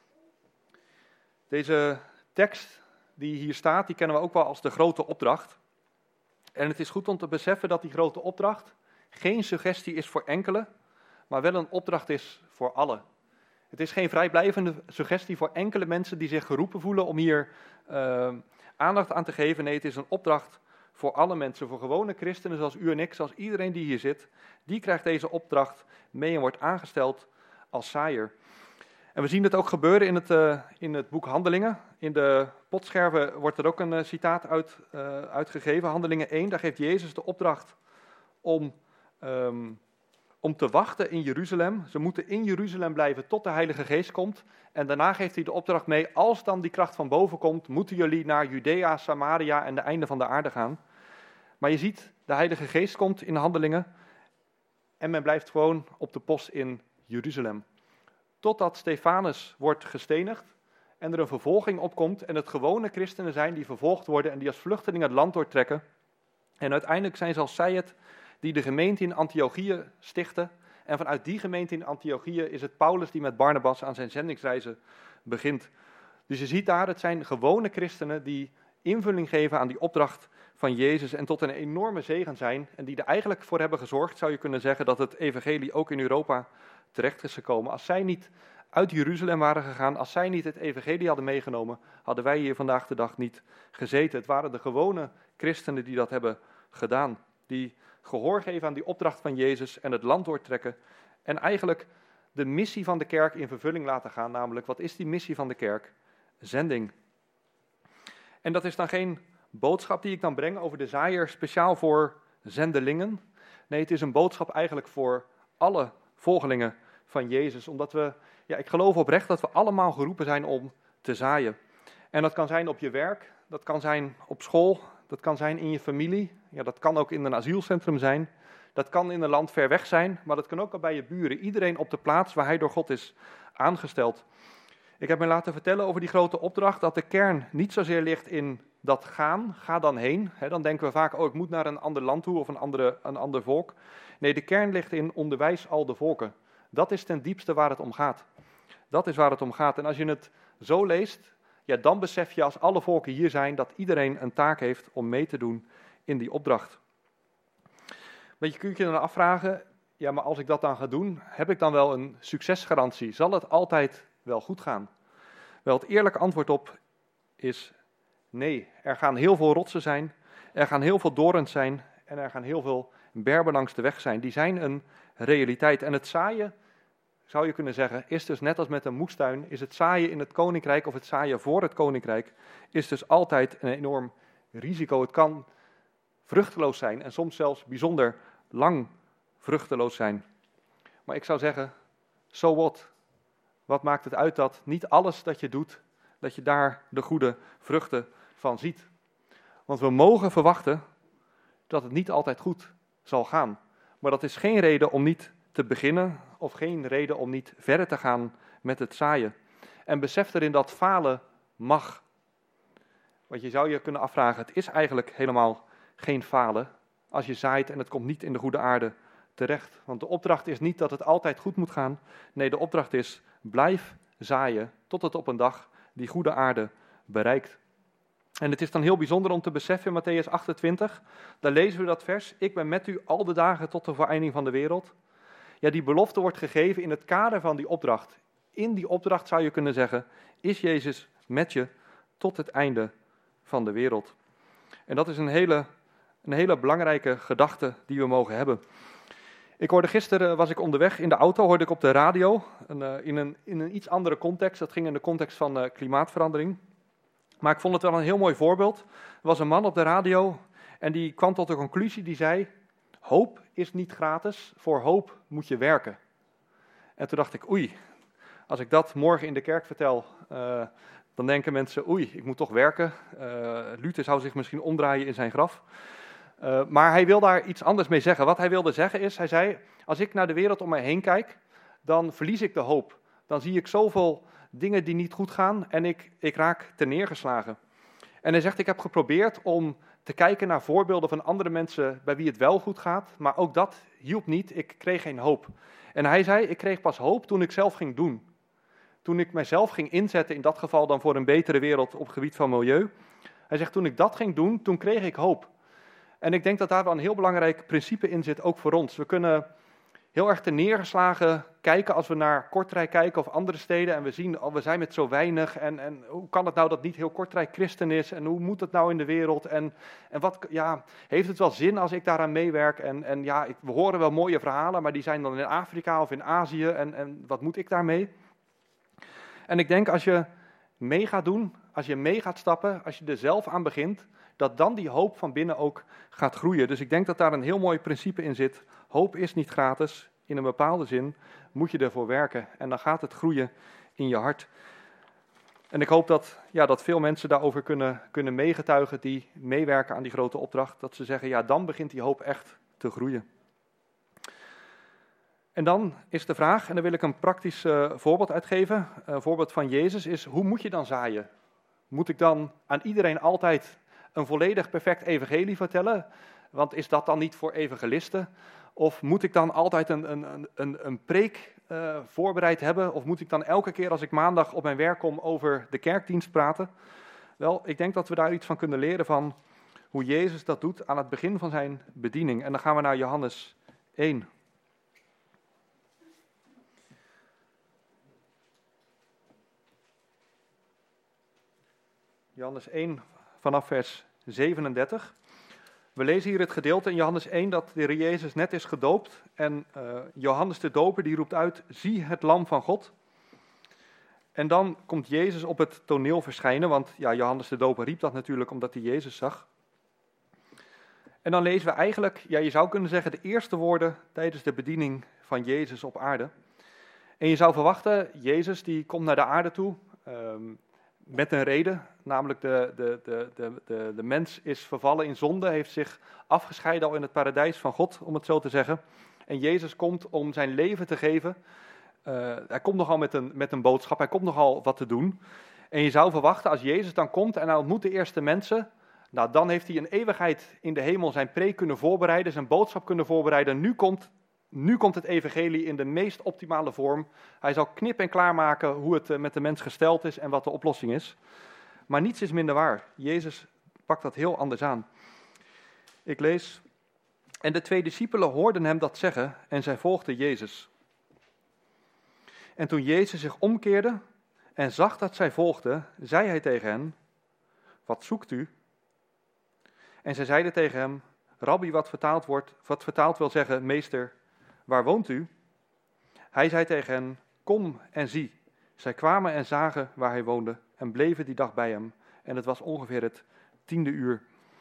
Deze tekst die hier staat, die kennen we ook wel als de grote opdracht. En het is goed om te beseffen dat die grote opdracht geen suggestie is voor enkele, maar wel een opdracht is voor allen. Het is geen vrijblijvende suggestie voor enkele mensen die zich geroepen voelen om hier uh, aandacht aan te geven. Nee, het is een opdracht voor alle mensen, voor gewone christenen zoals u en ik, zoals iedereen die hier zit. Die krijgt deze opdracht mee en wordt aangesteld als zaaier. En we zien het ook gebeuren in het, uh, in het boek Handelingen. In de potscherven wordt er ook een uh, citaat uit, uh, uitgegeven. Handelingen één, daar geeft Jezus de opdracht om, um, om te wachten in Jeruzalem. Ze moeten in Jeruzalem blijven tot de Heilige Geest komt. En daarna geeft hij de opdracht mee, als dan die kracht van boven komt, moeten jullie naar Judea, Samaria en de einde van de aarde gaan. Maar je ziet, de Heilige Geest komt in Handelingen. en men blijft gewoon op de post in Jeruzalem. Totdat Stefanus wordt gestenigd en er een vervolging opkomt en het gewone christenen zijn die vervolgd worden en die als vluchteling het land doortrekken. En uiteindelijk zijn zelfs zij het die de gemeente in Antiochië stichten. En vanuit die gemeente in Antiochië is het Paulus die met Barnabas aan zijn zendingsreizen begint. Dus je ziet daar, het zijn gewone christenen die invulling geven aan die opdracht van Jezus en tot een enorme zegen zijn. En die er eigenlijk voor hebben gezorgd, zou je kunnen zeggen, dat het evangelie ook in Europa terecht is gekomen. Als zij niet uit Jeruzalem waren gegaan, als zij niet het evangelie hadden meegenomen, hadden wij hier vandaag de dag niet gezeten. Het waren de gewone christenen die dat hebben gedaan. Die gehoor geven aan die opdracht van Jezus en het land doortrekken. En eigenlijk de missie van de kerk in vervulling laten gaan. Namelijk, wat is die missie van de kerk? Zending. En dat is dan geen boodschap die ik dan breng over de zaaier speciaal voor zendelingen. Nee, het is een boodschap eigenlijk voor alle volgelingen van Jezus. Omdat we, ja, ik geloof oprecht dat we allemaal geroepen zijn om te zaaien. En dat kan zijn op je werk, dat kan zijn op school, dat kan zijn in je familie. Ja, dat kan ook in een asielcentrum zijn. Dat kan in een land ver weg zijn, maar dat kan ook al bij je buren. Iedereen op de plaats waar hij door God is aangesteld. Ik heb me laten vertellen over die grote opdracht dat de kern niet zozeer ligt in dat gaan, ga dan heen. He, dan denken we vaak, oh ik moet naar een ander land toe of een, andere, een ander volk. Nee, de kern ligt in onderwijs al de volken. Dat is ten diepste waar het om gaat. Dat is waar het om gaat. En als je het zo leest, ja, dan besef je als alle volken hier zijn dat iedereen een taak heeft om mee te doen in die opdracht. Weet je, kun je je dan afvragen, ja, maar als ik dat dan ga doen, heb ik dan wel een succesgarantie? Zal het altijd wel goed gaan? Wel, het eerlijke antwoord op is nee. Er gaan heel veel rotsen zijn, er gaan heel veel dorens zijn en er gaan heel veel berben langs de weg zijn. Die zijn een realiteit. En het zaaien, zou je kunnen zeggen, is dus net als met een moestuin, is het zaaien in het koninkrijk of het zaaien voor het koninkrijk, is dus altijd een enorm risico. Het kan vruchteloos zijn en soms zelfs bijzonder lang vruchteloos zijn. Maar ik zou zeggen, so what? Wat maakt het uit dat niet alles dat je doet, dat je daar de goede vruchten van ziet? Want we mogen verwachten dat het niet altijd goed zal gaan. Maar dat is geen reden om niet te beginnen of geen reden om niet verder te gaan met het zaaien. En besef erin dat falen mag. Want je zou je kunnen afvragen, het is eigenlijk helemaal geen falen als je zaait en het komt niet in de goede aarde terecht. Want de opdracht is niet dat het altijd goed moet gaan. Nee, de opdracht is, blijf zaaien tot het op een dag die goede aarde bereikt. En het is dan heel bijzonder om te beseffen in Mattheüs achtentwintig, daar lezen we dat vers, ik ben met u al de dagen tot de voleinding van de wereld. Ja, die belofte wordt gegeven in het kader van die opdracht. In die opdracht zou je kunnen zeggen, is Jezus met je tot het einde van de wereld. En dat is een hele, een hele belangrijke gedachte die we mogen hebben. Ik hoorde gisteren, was ik onderweg in de auto, hoorde ik op de radio, een, uh, in, een, in een iets andere context. Dat ging in de context van uh, klimaatverandering. Maar ik vond het wel een heel mooi voorbeeld. Er was een man op de radio en die kwam tot de conclusie, die zei, hoop is niet gratis, voor hoop moet je werken. En toen dacht ik, oei, als ik dat morgen in de kerk vertel, uh, dan denken mensen, oei, ik moet toch werken. Uh, Luther zou zich misschien omdraaien in zijn graf. Uh, maar hij wil daar iets anders mee zeggen. Wat hij wilde zeggen is, hij zei, als ik naar de wereld om mij heen kijk, dan verlies ik de hoop. Dan zie ik zoveel dingen die niet goed gaan en ik, ik raak terneergeslagen. En hij zegt, ik heb geprobeerd om te kijken naar voorbeelden van andere mensen bij wie het wel goed gaat, maar ook dat hielp niet, ik kreeg geen hoop. En hij zei, ik kreeg pas hoop toen ik zelf ging doen. Toen ik mijzelf ging inzetten, in dat geval dan voor een betere wereld op het gebied van milieu. Hij zegt, toen ik dat ging doen, toen kreeg ik hoop. En ik denk dat daar wel een heel belangrijk principe in zit, ook voor ons. We kunnen heel erg terneergeslagen kijken als we naar Kortrijk kijken of andere steden en we zien, oh, we zijn met zo weinig en, en hoe kan het nou dat niet heel Kortrijk christen is en hoe moet het nou in de wereld en, en wat, ja, heeft het wel zin als ik daaraan meewerk en, en ja, ik, we horen wel mooie verhalen, maar die zijn dan in Afrika of in Azië en, en wat moet ik daarmee? En ik denk als je mee gaat doen, als je mee gaat stappen, als je er zelf aan begint, dat dan die hoop van binnen ook gaat groeien. Dus ik denk dat daar een heel mooi principe in zit. Hoop is niet gratis. In een bepaalde zin moet je ervoor werken. En dan gaat het groeien in je hart. En ik hoop dat, ja, dat veel mensen daarover kunnen, kunnen meegetuigen die meewerken aan die grote opdracht. Dat ze zeggen, ja, dan begint die hoop echt te groeien. En dan is de vraag, en daar wil ik een praktisch uh, voorbeeld uitgeven. Een voorbeeld van Jezus is, hoe moet je dan zaaien? Moet ik dan aan iedereen altijd een volledig perfect evangelie vertellen? Want is dat dan niet voor evangelisten? Of moet ik dan altijd een, een, een, een preek uh, voorbereid hebben? Of moet ik dan elke keer als ik maandag op mijn werk kom over de kerkdienst praten? Wel, ik denk dat we daar iets van kunnen leren van hoe Jezus dat doet aan het begin van zijn bediening. En dan gaan we naar Johannes één. Johannes één vanaf vers zevenendertig. We lezen hier het gedeelte in Johannes één dat de Heer Jezus net is gedoopt. En uh, Johannes de Doper die roept uit, zie het lam van God. En dan komt Jezus op het toneel verschijnen, want ja, Johannes de Doper riep dat natuurlijk omdat hij Jezus zag. En dan lezen we eigenlijk, ja, je zou kunnen zeggen, de eerste woorden tijdens de bediening van Jezus op aarde. En je zou verwachten, Jezus die komt naar de aarde toe um, met een reden, namelijk de, de, de, de, de, de mens is vervallen in zonde, heeft zich afgescheiden al in het paradijs van God, om het zo te zeggen. En Jezus komt om zijn leven te geven. Uh, hij komt nogal met een, met een boodschap, hij komt nogal wat te doen. En je zou verwachten, als Jezus dan komt en hij ontmoet de eerste mensen, nou, dan heeft hij een eeuwigheid in de hemel zijn preek kunnen voorbereiden, zijn boodschap kunnen voorbereiden. Nu komt, nu komt het evangelie in de meest optimale vorm. Hij zal knip en klaar maken hoe het met de mens gesteld is en wat de oplossing is. Maar niets is minder waar. Jezus pakt dat heel anders aan. Ik lees, en de twee discipelen hoorden hem dat zeggen en zij volgden Jezus. En toen Jezus zich omkeerde en zag dat zij volgden, zei hij tegen hen, wat zoekt u? En zij zeiden tegen hem, Rabbi, wat vertaald wordt, wat vertaald wil zeggen, meester, waar woont u? Hij zei tegen hen, kom en zie. Zij kwamen en zagen waar hij woonde en bleven die dag bij hem. En het was ongeveer het tiende uur.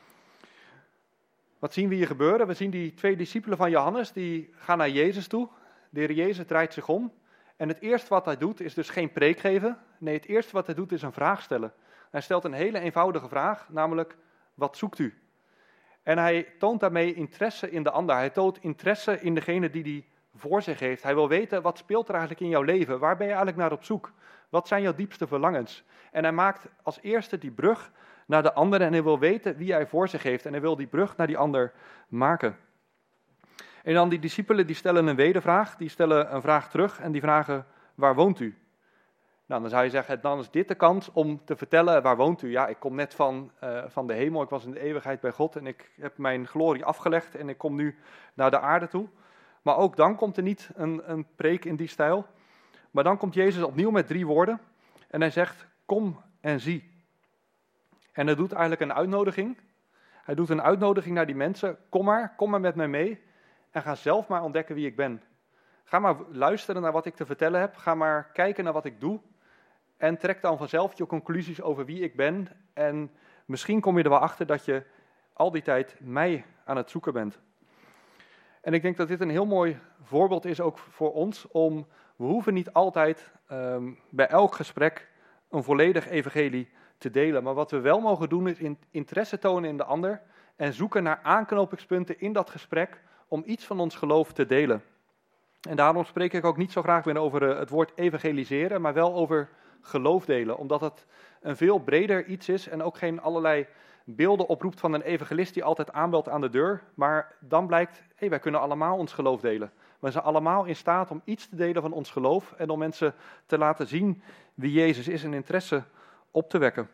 Wat zien we hier gebeuren? We zien die twee discipelen van Johannes, die gaan naar Jezus toe. De Heer Jezus draait zich om. En het eerste wat hij doet is dus geen preek geven. Nee, het eerste wat hij doet is een vraag stellen. Hij stelt een hele eenvoudige vraag, namelijk, wat zoekt u? En hij toont daarmee interesse in de ander. Hij toont interesse in degene die hij voor zich heeft. Hij wil weten, wat speelt er eigenlijk in jouw leven? Waar ben je eigenlijk naar op zoek? Wat zijn jouw diepste verlangens? En hij maakt als eerste die brug naar de ander en hij wil weten wie hij voor zich heeft. En hij wil die brug naar die ander maken. En dan die discipelen die stellen een wedervraag, die stellen een vraag terug en die vragen, waar woont u? Nou, dan zou je zeggen, dan is dit de kans om te vertellen, waar woont u? Ja, ik kom net van, uh, van de hemel, ik was in de eeuwigheid bij God en ik heb mijn glorie afgelegd en ik kom nu naar de aarde toe. Maar ook dan komt er niet een, een preek in die stijl. Maar dan komt Jezus opnieuw met drie woorden en hij zegt, kom en zie. En hij doet eigenlijk een uitnodiging. Hij doet een uitnodiging naar die mensen, kom maar, kom maar met mij mee en ga zelf maar ontdekken wie ik ben. Ga maar luisteren naar wat ik te vertellen heb, ga maar kijken naar wat ik doe. En trek dan vanzelf je conclusies over wie ik ben. En misschien kom je er wel achter dat je al die tijd mij aan het zoeken bent. En ik denk dat dit een heel mooi voorbeeld is ook voor ons. Om, we hoeven niet altijd um, bij elk gesprek een volledig evangelie te delen. Maar wat we wel mogen doen is in, interesse tonen in de ander. En zoeken naar aanknopingspunten in dat gesprek om iets van ons geloof te delen. En daarom spreek ik ook niet zo graag meer over het woord evangeliseren, maar wel over geloof delen. Omdat het een veel breder iets is en ook geen allerlei beelden oproept van een evangelist die altijd aanbelt aan de deur. Maar dan blijkt, hey, wij kunnen allemaal ons geloof delen. We zijn allemaal in staat om iets te delen van ons geloof en om mensen te laten zien wie Jezus is en interesse op te wekken.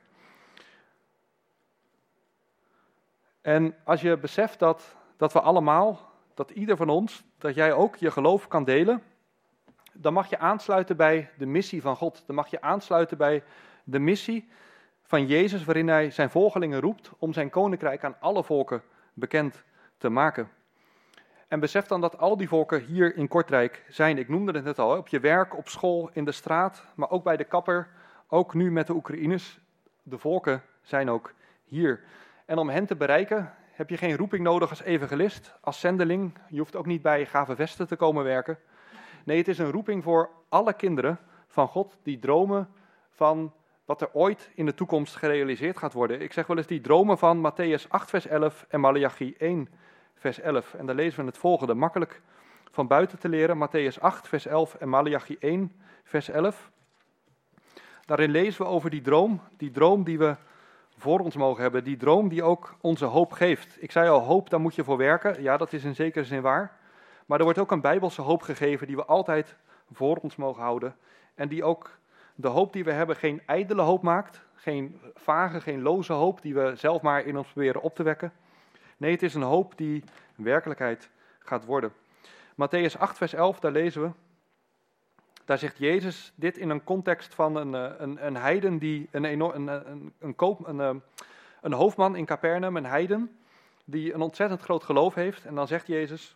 En als je beseft dat, dat we allemaal, dat ieder van ons, dat jij ook je geloof kan delen, dan mag je aansluiten bij de missie van God. Dan mag je aansluiten bij de missie van Jezus, waarin hij zijn volgelingen roept om zijn koninkrijk aan alle volken bekend te maken. En besef dan dat al die volken hier in Kortrijk zijn. Ik noemde het net al, op je werk, op school, in de straat, maar ook bij de kapper, ook nu met de Oekraïners. De volken zijn ook hier. En om hen te bereiken heb je geen roeping nodig als evangelist, als zendeling. Je hoeft ook niet bij Gave Vesten te komen werken. Nee, het is een roeping voor alle kinderen van God die dromen van wat er ooit in de toekomst gerealiseerd gaat worden. Ik zeg wel eens die dromen van Matthäus acht vers elf en Maleachi één vers elf. En daar lezen we het volgende, makkelijk van buiten te leren. Matthäus acht, vers elf en Maleachi één, vers elf. Daarin lezen we over die droom, die droom die we voor ons mogen hebben. Die droom die ook onze hoop geeft. Ik zei al, hoop, daar moet je voor werken. Ja, dat is in zekere zin waar. Maar er wordt ook een bijbelse hoop gegeven die we altijd voor ons mogen houden. En die ook de hoop die we hebben geen ijdele hoop maakt. Geen vage, geen loze hoop die we zelf maar in ons proberen op te wekken. Nee, het is een hoop die werkelijkheid gaat worden. Matthäus acht, vers elf, daar lezen we. Daar zegt Jezus dit in een context van een, een, een heiden, die, een, enorm, een, een, een, koop, een, een hoofdman in Capernaum, een heiden, die een ontzettend groot geloof heeft. En dan zegt Jezus,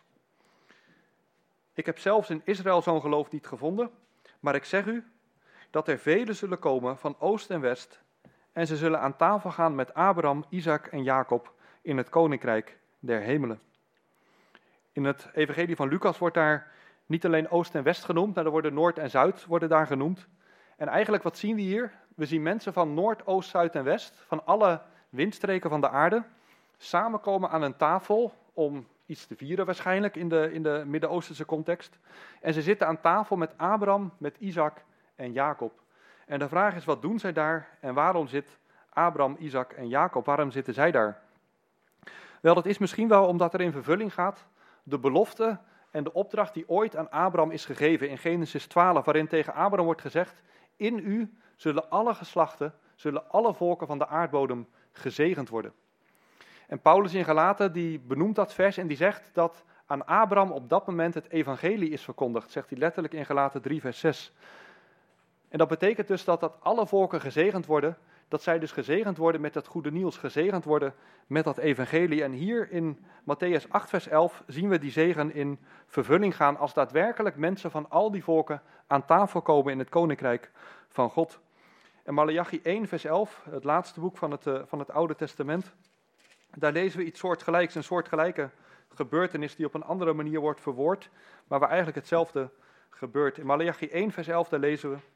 ik heb zelfs in Israël zo'n geloof niet gevonden, maar ik zeg u dat er velen zullen komen van oost en west en ze zullen aan tafel gaan met Abraham, Isaac en Jacob in het koninkrijk der hemelen. In het evangelie van Lucas wordt daar niet alleen oost en west genoemd, maar er worden noord en zuid worden daar genoemd. En eigenlijk wat zien we hier? We zien mensen van noord, oost, zuid en west, van alle windstreken van de aarde, samenkomen aan een tafel om iets te vieren waarschijnlijk in de, in de Midden-Oosterse context. En ze zitten aan tafel met Abraham, met Isaac en Jacob. En de vraag is, wat doen zij daar en waarom zit Abraham, Isaac en Jacob, waarom zitten zij daar? Wel, dat is misschien wel omdat er in vervulling gaat de belofte en de opdracht die ooit aan Abraham is gegeven in Genesis twaalf, waarin tegen Abraham wordt gezegd, in u zullen alle geslachten, zullen alle volken van de aardbodem gezegend worden. En Paulus in Galaten, die benoemt dat vers en die zegt dat aan Abraham op dat moment het evangelie is verkondigd, zegt hij letterlijk in Galaten drie, vers zes. En dat betekent dus dat, dat alle volken gezegend worden, dat zij dus gezegend worden met het goede nieuws, gezegend worden met dat evangelie. En hier in Matthäus acht, vers elf zien we die zegen in vervulling gaan als daadwerkelijk mensen van al die volken aan tafel komen in het koninkrijk van God. En Maleachi één, vers elf, het laatste boek van het, uh, van het Oude Testament, daar lezen we iets soortgelijks, een soortgelijke gebeurtenis die op een andere manier wordt verwoord, maar waar eigenlijk hetzelfde gebeurt. In Maleachi één, vers elf, daar lezen we,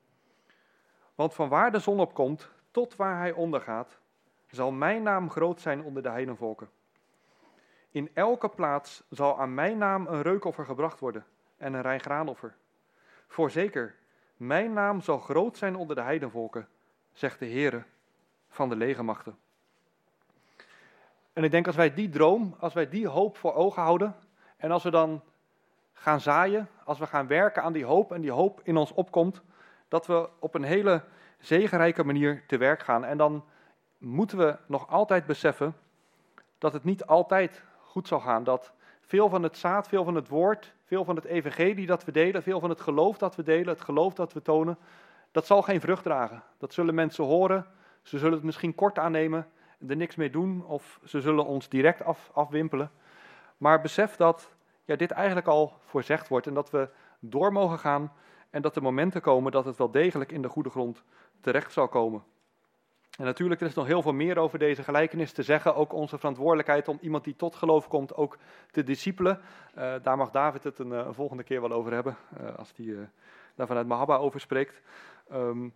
want van waar de zon opkomt tot waar hij ondergaat, zal mijn naam groot zijn onder de heidenvolken. In elke plaats zal aan mijn naam een reukoffer gebracht worden en een rein graanoffer. Voorzeker, mijn naam zal groot zijn onder de heidenvolken, zegt de Heere van de legermachten. En ik denk als wij die droom, als wij die hoop voor ogen houden, en als we dan gaan zaaien, als we gaan werken aan die hoop en die hoop in ons opkomt, dat we op een hele zegenrijke manier te werk gaan. En dan moeten we nog altijd beseffen dat het niet altijd goed zal gaan. Dat veel van het zaad, veel van het woord, veel van het evangelie dat we delen, veel van het geloof dat we delen, het geloof dat we tonen, dat zal geen vrucht dragen. Dat zullen mensen horen, ze zullen het misschien kort aannemen, er niks mee doen of ze zullen ons direct af, afwimpelen. Maar besef dat ja, dit eigenlijk al voorzegd wordt en dat we door mogen gaan en dat er momenten komen dat het wel degelijk in de goede grond terecht zal komen. En natuurlijk, er is nog heel veel meer over deze gelijkenis te zeggen. Ook onze verantwoordelijkheid om iemand die tot geloof komt ook te discipelen. Uh, daar mag David het een, een volgende keer wel over hebben, uh, als hij uh, daar vanuit Mahabba over spreekt. Um,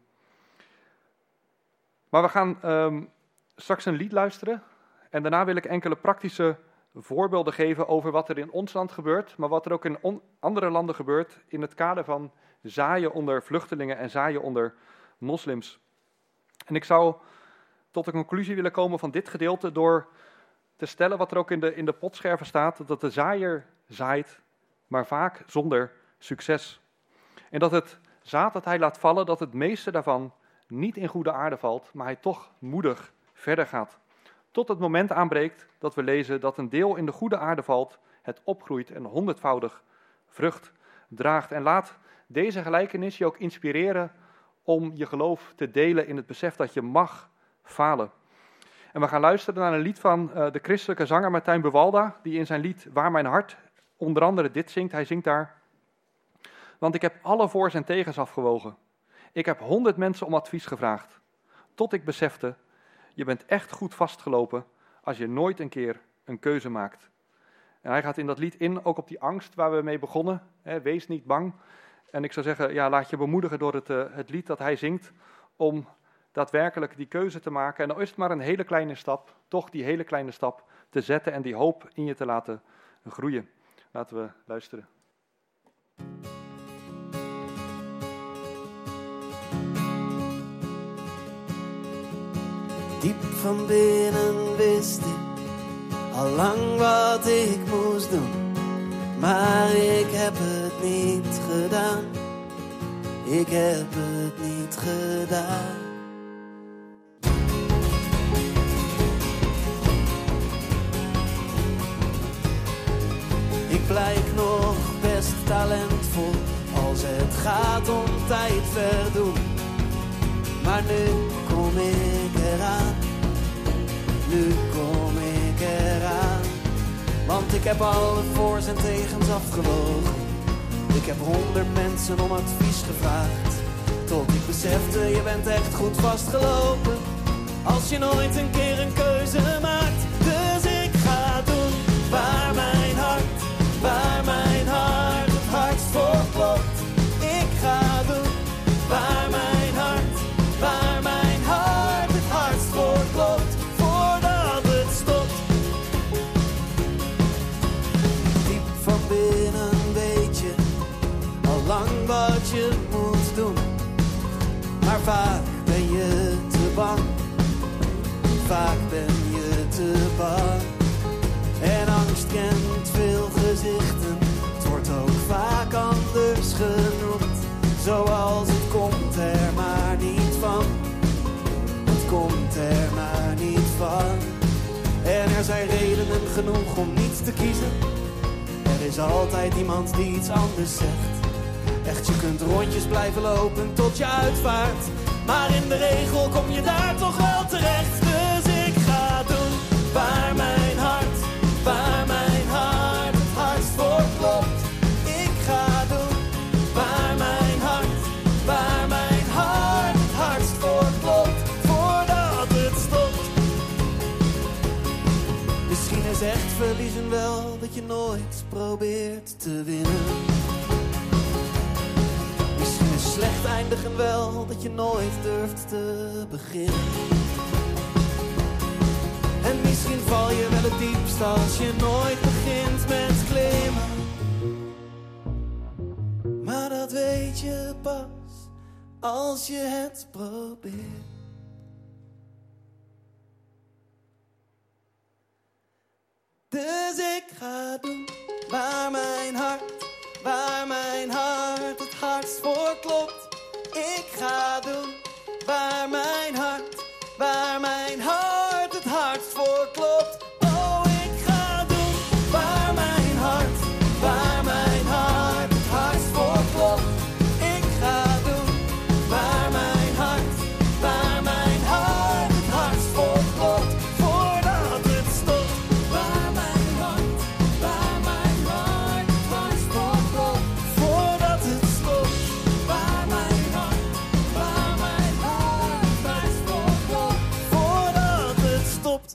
maar we gaan um, straks een lied luisteren. En daarna wil ik enkele praktische voorbeelden geven over wat er in ons land gebeurt, maar wat er ook in on- andere landen gebeurt in het kader van zaaien onder vluchtelingen en zaaien onder moslims. En ik zou tot de conclusie willen komen van dit gedeelte door te stellen wat er ook in de, in de potscherven staat, dat de zaaier zaait, maar vaak zonder succes. En dat het zaad dat hij laat vallen, dat het meeste daarvan niet in goede aarde valt, maar hij toch moedig verder gaat. Tot het moment aanbreekt dat we lezen dat een deel in de goede aarde valt, het opgroeit en honderdvoudig vrucht draagt. En laat deze gelijkenis je ook inspireren om je geloof te delen in het besef dat je mag falen. En we gaan luisteren naar een lied van uh, de christelijke zanger Martijn Bewalda, die in zijn lied Waar mijn hart onder andere dit zingt. Hij zingt daar: want ik heb alle voor's en tegens afgewogen. Ik heb honderd mensen om advies gevraagd. Tot ik besefte, je bent echt goed vastgelopen als je nooit een keer een keuze maakt. En hij gaat in dat lied in, ook op die angst waar we mee begonnen. Hè, wees niet bang. En ik zou zeggen, ja, laat je bemoedigen door het, uh, het lied dat hij zingt, om daadwerkelijk die keuze te maken. En dan is het maar een hele kleine stap, toch die hele kleine stap te zetten en die hoop in je te laten groeien. Laten we luisteren. van binnen wist ik al lang wat ik moest doen, maar ik heb het niet gedaan. Ik heb het niet gedaan. Ik blijk nog best talentvol als het gaat om tijd verdoen. Maar nu kom ik eraan, nu kom ik eraan. Want ik heb alle voor's en tegens afgewogen. Ik heb honderd mensen om advies gevraagd, tot ik besefte, je bent echt goed vastgelopen als je nooit een keer een keuze maakt. Dus ik ga doen waar mijn hart, waar mijn hart het hardst voor klopt. Ik ga doen waar mijn hart, waar mijn hart het hardst voor klopt, voordat het stopt. Diep van binnen weet je al lang wat je moet doen, maar vaak ben je te bang, vaak ben je te bang. En angst kent veel gezichten, het wordt ook vaak anders genoemd. Zoals het komt er maar niet van, het komt er maar niet van. En er zijn redenen genoeg om niet te kiezen, er is altijd iemand die iets anders zegt. Echt, je kunt rondjes blijven lopen tot je uitvaart, maar in de regel kom je daar toch wel terecht. Dus ik ga doen waar mijn hart, waar mijn hart het hardst voor klopt. Ik ga doen waar mijn hart, waar mijn hart het hardst voor klopt, voordat het stopt. Misschien is echt verliezen wel dat je nooit probeert te winnen. Misschien is slecht eindigen wel dat je nooit durft te beginnen. En misschien val je wel het diepst als je nooit begint met klimmen. Maar dat weet je pas als je het probeert. Dus ik ga doen waar mijn hart, waar mijn hart het hardst voor klopt. Ik ga doen waar mijn hart, waar mijn hart het hardst voor klopt. Oh, ik ga doen waar mijn hart, waar mijn hart het hardst voor klopt. Ik ga doen waar mijn hart, waar mijn hart het hardst voor klopt, voordat het stopt. Waar mijn hart, waar mijn hart het hardst voor klopt, voordat het stopt. Waar mijn hart, waar mijn hart het hardst voor klopt, voordat het stopt.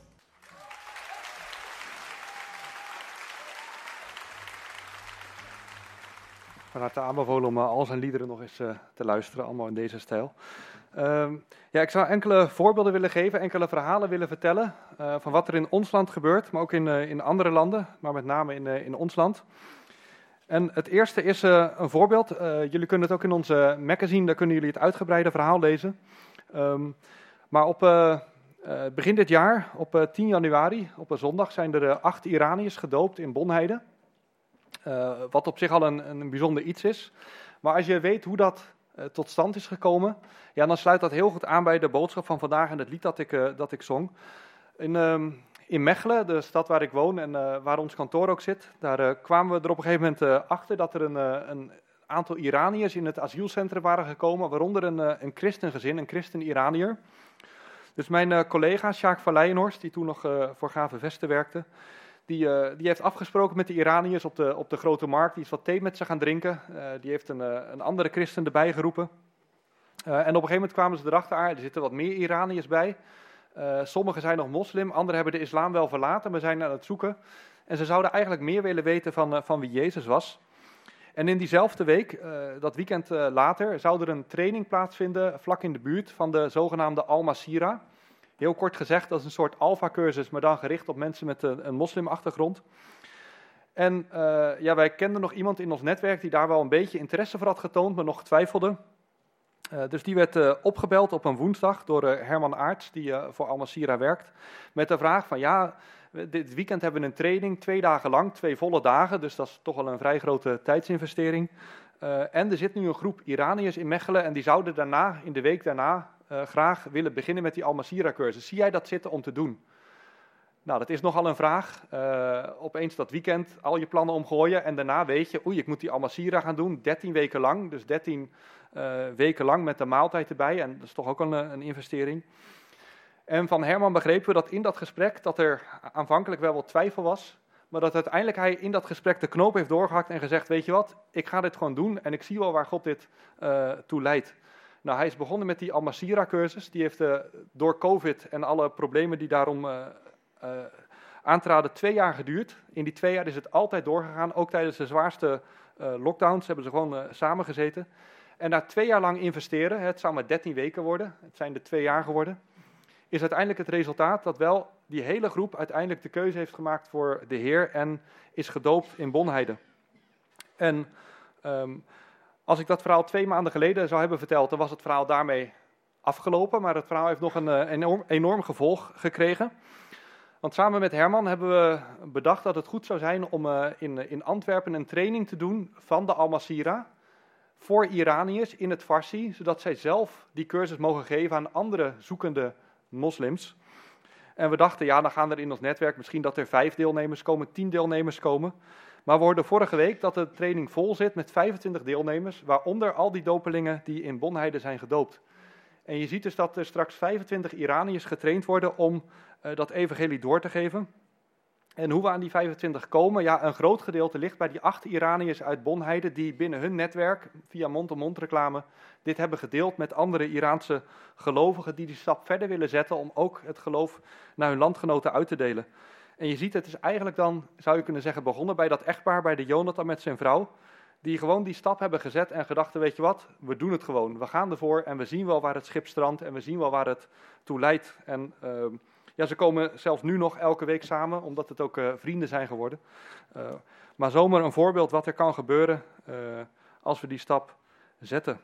Van harte aanbevolen om uh, al zijn liederen nog eens uh, te luisteren, allemaal in deze stijl. Um, ja, ik zou enkele voorbeelden willen geven, enkele verhalen willen vertellen uh, van wat er in ons land gebeurt, maar ook in, uh, in andere landen, maar met name in, uh, in ons land. En het eerste is uh, een voorbeeld. Uh, jullie kunnen het ook in onze magazine, daar kunnen jullie het uitgebreide verhaal lezen. Um, maar op uh, uh, begin dit jaar, op uh, tien januari, op een zondag, zijn er uh, acht Iraniërs gedoopt in Bonheide. Uh, wat op zich al een, een bijzonder iets is. Maar als je weet hoe dat uh, tot stand is gekomen, ja, dan sluit dat heel goed aan bij de boodschap van vandaag en het lied dat ik, uh, dat ik zong. In, um, in Mechelen, de stad waar ik woon en uh, waar ons kantoor ook zit, daar uh, kwamen we er op een gegeven moment uh, achter dat er een, uh, een aantal Iraniërs in het asielcentrum waren gekomen, waaronder een, uh, een christengezin, een christen-Iraniër. Dus mijn uh, collega Sjaak van Leijenhorst, die toen nog uh, voor Gave Vesten werkte, Die, uh, die heeft afgesproken met de Iraniërs op de, op de Grote Markt. Die is wat thee met ze gaan drinken. Uh, die heeft een, uh, een andere christen erbij geroepen. Uh, en op een gegeven moment kwamen ze erachter, ah, er zitten wat meer Iraniërs bij. Uh, sommigen zijn nog moslim, anderen hebben de islam wel verlaten, maar zijn aan het zoeken. En ze zouden eigenlijk meer willen weten van, uh, van wie Jezus was. En in diezelfde week, uh, dat weekend uh, later, zou er een training plaatsvinden vlak in de buurt van de zogenaamde Al-Masira. Heel kort gezegd, dat is een soort alfa-cursus, maar dan gericht op mensen met een, een moslimachtergrond. En uh, ja, wij kenden nog iemand in ons netwerk die daar wel een beetje interesse voor had getoond, maar nog twijfelde. Uh, dus die werd uh, opgebeld op een woensdag door uh, Herman Aerts, die uh, voor Almasira werkt, met de vraag van ja, dit weekend hebben we een training, twee dagen lang, twee volle dagen, dus dat is toch wel een vrij grote tijdsinvestering. Uh, en er zit nu een groep Iraniërs in Mechelen en die zouden daarna, in de week daarna, uh, graag willen beginnen met die Almasira-cursus. Zie jij dat zitten om te doen? Nou, dat is nogal een vraag. Uh, opeens dat weekend al je plannen omgooien en daarna weet je, oei, ik moet die Almasira gaan doen, dertien weken lang, dus dertien uh, weken lang met de maaltijd erbij en dat is toch ook een, een investering. En van Herman begrepen we dat in dat gesprek, dat er aanvankelijk wel wat twijfel was, maar dat uiteindelijk hij in dat gesprek de knoop heeft doorgehakt en gezegd, weet je wat, ik ga dit gewoon doen en ik zie wel waar God dit uh, toe leidt. Nou, hij is begonnen met die Almasira-cursus, die heeft uh, door COVID en alle problemen die daarom uh, uh, aantraden twee jaar geduurd. In die twee jaar is het altijd doorgegaan, ook tijdens de zwaarste uh, lockdowns hebben ze gewoon uh, samengezeten. En na twee jaar lang investeren, het zou maar dertien weken worden, het zijn er twee jaar geworden, is uiteindelijk het resultaat dat wel die hele groep uiteindelijk de keuze heeft gemaakt voor de Heer en is gedoopt in Bonheide. En um, als ik dat verhaal twee maanden geleden zou hebben verteld, dan was het verhaal daarmee afgelopen, maar het verhaal heeft nog een uh, enorm, enorm gevolg gekregen. Want samen met Herman hebben we bedacht dat het goed zou zijn om uh, in, in Antwerpen een training te doen van de Almasira voor Iraniërs in het Farsi, zodat zij zelf die cursus mogen geven aan andere zoekende moslims. En we dachten, ja, dan gaan er in ons netwerk misschien dat er vijf deelnemers komen, tien deelnemers komen. Maar we hoorden vorige week dat de training vol zit met vijfentwintig deelnemers, waaronder al die dopelingen die in Bonheide zijn gedoopt. En je ziet dus dat er straks vijfentwintig Iraniërs getraind worden om uh, dat evangelie door te geven. En hoe we aan die vijfentwintig komen, ja, een groot gedeelte ligt bij die acht Iraniërs uit Bonheide die binnen hun netwerk, via mond-to-mond reclame, dit hebben gedeeld met andere Iraanse gelovigen die die stap verder willen zetten om ook het geloof naar hun landgenoten uit te delen. En je ziet, het is eigenlijk dan, zou je kunnen zeggen, begonnen bij dat echtpaar, bij de Jonathan met zijn vrouw, die gewoon die stap hebben gezet en gedachten, weet je wat, we doen het gewoon. We gaan ervoor en we zien wel waar het schip strandt en we zien wel waar het toe leidt. En uh, ja, ze komen zelfs nu nog elke week samen, omdat het ook uh, vrienden zijn geworden. Uh, maar zomaar een voorbeeld wat er kan gebeuren uh, als we die stap zetten.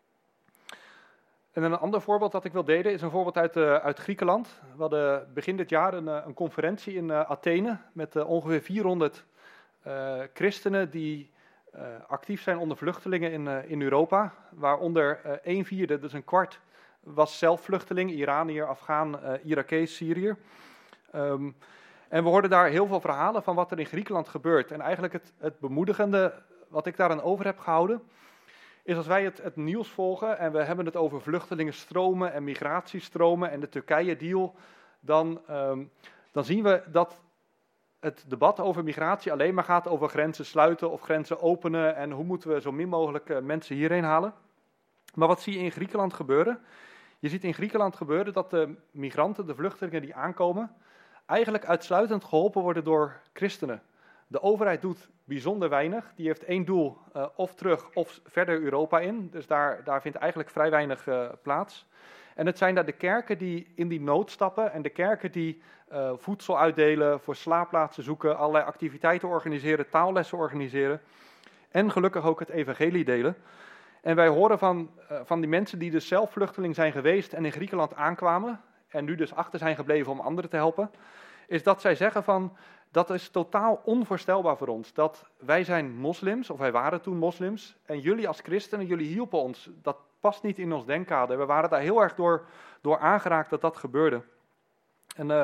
En een ander voorbeeld dat ik wil delen is een voorbeeld uit, uh, uit Griekenland. We hadden begin dit jaar een, een conferentie in uh, Athene met uh, ongeveer vierhonderd uh, christenen die uh, actief zijn onder vluchtelingen in, uh, in Europa. Waaronder uh, een vierde, dus een kwart, was zelf vluchteling, Iraniër, Afghaan, uh, Irakees, Syriër. Um, en we hoorden daar heel veel verhalen van wat er in Griekenland gebeurt. En eigenlijk het, het bemoedigende wat ik daaraan over heb gehouden, is als wij het, het nieuws volgen en we hebben het over vluchtelingenstromen en migratiestromen en de Turkije-deal, dan, um, dan zien we dat het debat over migratie alleen maar gaat over grenzen sluiten of grenzen openen en hoe moeten we zo min mogelijk uh, mensen hierheen halen. Maar wat zie je in Griekenland gebeuren? Je ziet in Griekenland gebeuren dat de migranten, de vluchtelingen die aankomen, eigenlijk uitsluitend geholpen worden door christenen. De overheid doet bijzonder weinig. Die heeft één doel, uh, of terug of verder Europa in. Dus daar, daar vindt eigenlijk vrij weinig uh, plaats. En het zijn daar de kerken die in die nood stappen en de kerken die uh, voedsel uitdelen, voor slaapplaatsen zoeken, allerlei activiteiten organiseren, taallessen organiseren en gelukkig ook het evangelie delen. En wij horen van, uh, van die mensen die dus zelf vluchteling zijn geweest en in Griekenland aankwamen en nu dus achter zijn gebleven om anderen te helpen, is dat zij zeggen van, dat is totaal onvoorstelbaar voor ons. Dat wij zijn moslims, of wij waren toen moslims, en jullie als christenen, jullie hielpen ons. Dat past niet in ons denkkader. We waren daar heel erg door, door aangeraakt dat dat gebeurde. En uh,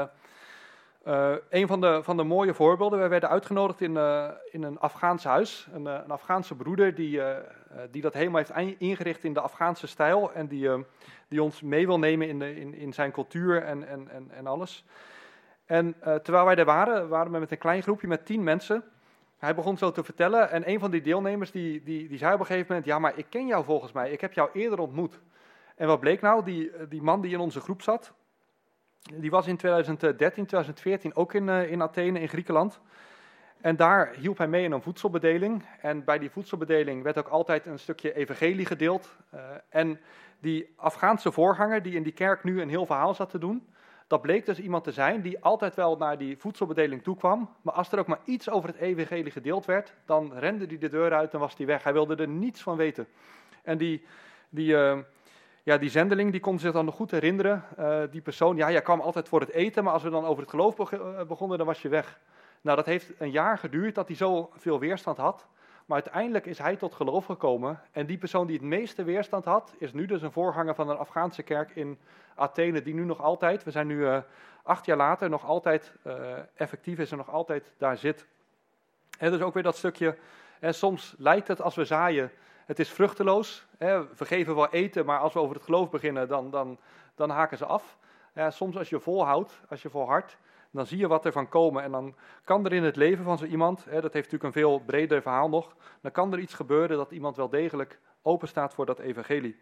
uh, een van de, van de mooie voorbeelden, wij werden uitgenodigd in, uh, in een Afghaans huis. Een, uh, een Afghaanse broeder die, uh, die dat helemaal heeft ingericht in de Afghaanse stijl en die, uh, die ons mee wil nemen in, de, in, in zijn cultuur en, en, en, en alles. En uh, terwijl wij daar waren, waren we met een klein groepje met tien mensen. Hij begon zo te vertellen en een van die deelnemers die, die, die zei op een gegeven moment, ja, maar ik ken jou volgens mij, ik heb jou eerder ontmoet. En wat bleek nou, die, die man die in onze groep zat, die was in twintig dertien, twintig veertien ook in, uh, in Athene, in Griekenland. En daar hielp hij mee in een voedselbedeling. En bij die voedselbedeling werd ook altijd een stukje evangelie gedeeld. Uh, en die Afghaanse voorganger, die in die kerk nu een heel verhaal zat te doen, dat bleek dus iemand te zijn die altijd wel naar die voedselbedeling toe kwam. Maar als er ook maar iets over het evangelie gedeeld werd, dan rende hij de deur uit en was hij weg. Hij wilde er niets van weten. En die, die, uh, ja, die zendeling die kon zich dan nog goed herinneren. Uh, die persoon, ja, jij kwam altijd voor het eten, maar als we dan over het geloof begonnen, dan was je weg. Nou, dat heeft een jaar geduurd dat hij zo veel weerstand had. Maar uiteindelijk is hij tot geloof gekomen. En die persoon die het meeste weerstand had, is nu dus een voorganger van een Afghaanse kerk in Athene, die nu nog altijd, we zijn nu uh, acht jaar later, nog altijd uh, effectief is en nog altijd daar zit. En dus ook weer dat stukje, hè, soms lijkt het als we zaaien, het is vruchteloos. Hè, we geven wel eten, maar als we over het geloof beginnen, dan, dan, dan haken ze af. Ja, soms als je volhoudt, als je volhardt, dan zie je wat er van komen. En dan kan er in het leven van zo iemand, hè, dat heeft natuurlijk een veel breder verhaal nog, dan kan er iets gebeuren dat iemand wel degelijk open staat voor dat evangelie.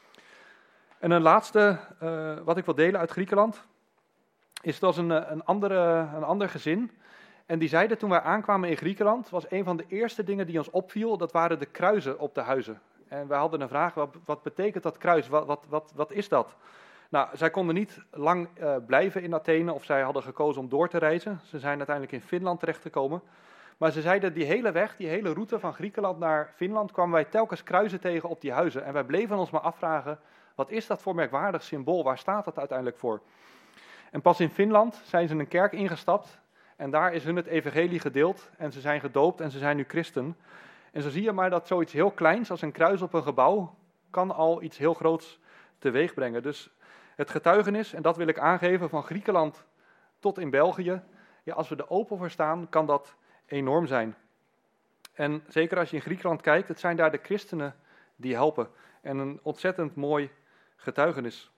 En een laatste, uh, wat ik wil delen uit Griekenland, is dat een, een, andere, een ander gezin. En die zeiden toen wij aankwamen in Griekenland, was een van de eerste dingen die ons opviel, dat waren de kruisen op de huizen. En wij hadden een vraag, wat, wat betekent dat kruis? Wat, wat, wat, wat is dat? Nou, zij konden niet lang uh, blijven in Athene of zij hadden gekozen om door te reizen. Ze zijn uiteindelijk in Finland terechtgekomen. Maar ze zeiden, die hele weg, die hele route van Griekenland naar Finland, kwamen wij telkens kruisen tegen op die huizen. En wij bleven ons maar afvragen, wat is dat voor merkwaardig symbool? Waar staat dat uiteindelijk voor? En pas in Finland zijn ze een kerk ingestapt en daar is hun het evangelie gedeeld en ze zijn gedoopt en ze zijn nu christen. En zo zie je maar dat zoiets heel kleins als een kruis op een gebouw kan al iets heel groots teweeg brengen. Dus het getuigenis, en dat wil ik aangeven, van Griekenland tot in België, ja, als we er open voor staan, kan dat enorm zijn. En zeker als je in Griekenland kijkt, het zijn daar de christenen die helpen. En een ontzettend mooi getuigenis.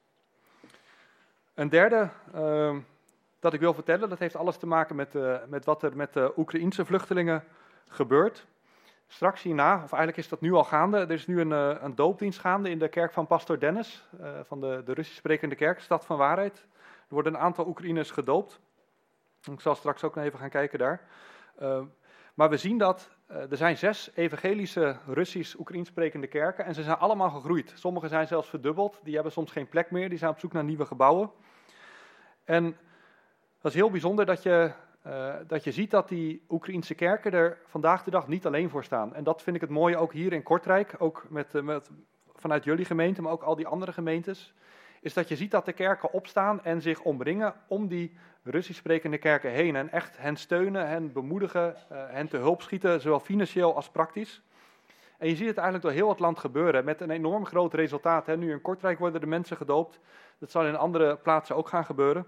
Een derde uh, dat ik wil vertellen, dat heeft alles te maken met, uh, met wat er met de Oekraïense vluchtelingen gebeurt. Straks hierna, of eigenlijk is dat nu al gaande, er is nu een, uh, een doopdienst gaande in de kerk van Pastor Dennis, uh, van de, de Russisch sprekende kerk, Stad van Waarheid. Er worden een aantal Oekraïners gedoopt. Ik zal straks ook nog even gaan kijken daar. Uh, maar we zien dat uh, er zijn zes evangelische Russisch-Oekraïens sprekende kerken en ze zijn allemaal gegroeid. Sommige zijn zelfs verdubbeld, die hebben soms geen plek meer, die zijn op zoek naar nieuwe gebouwen. En dat is heel bijzonder dat je, uh, dat je ziet dat die Oekraïense kerken er vandaag de dag niet alleen voor staan. En dat vind ik het mooie ook hier in Kortrijk, ook met, uh, met, vanuit jullie gemeente, maar ook al die andere gemeentes, is dat je ziet dat de kerken opstaan en zich omringen om die Russisch sprekende kerken heen. En echt hen steunen, hen bemoedigen, uh, hen te hulp schieten, zowel financieel als praktisch. En je ziet het eigenlijk door heel het land gebeuren, met een enorm groot resultaat. Hè. Nu in Kortrijk worden de mensen gedoopt, dat zal in andere plaatsen ook gaan gebeuren.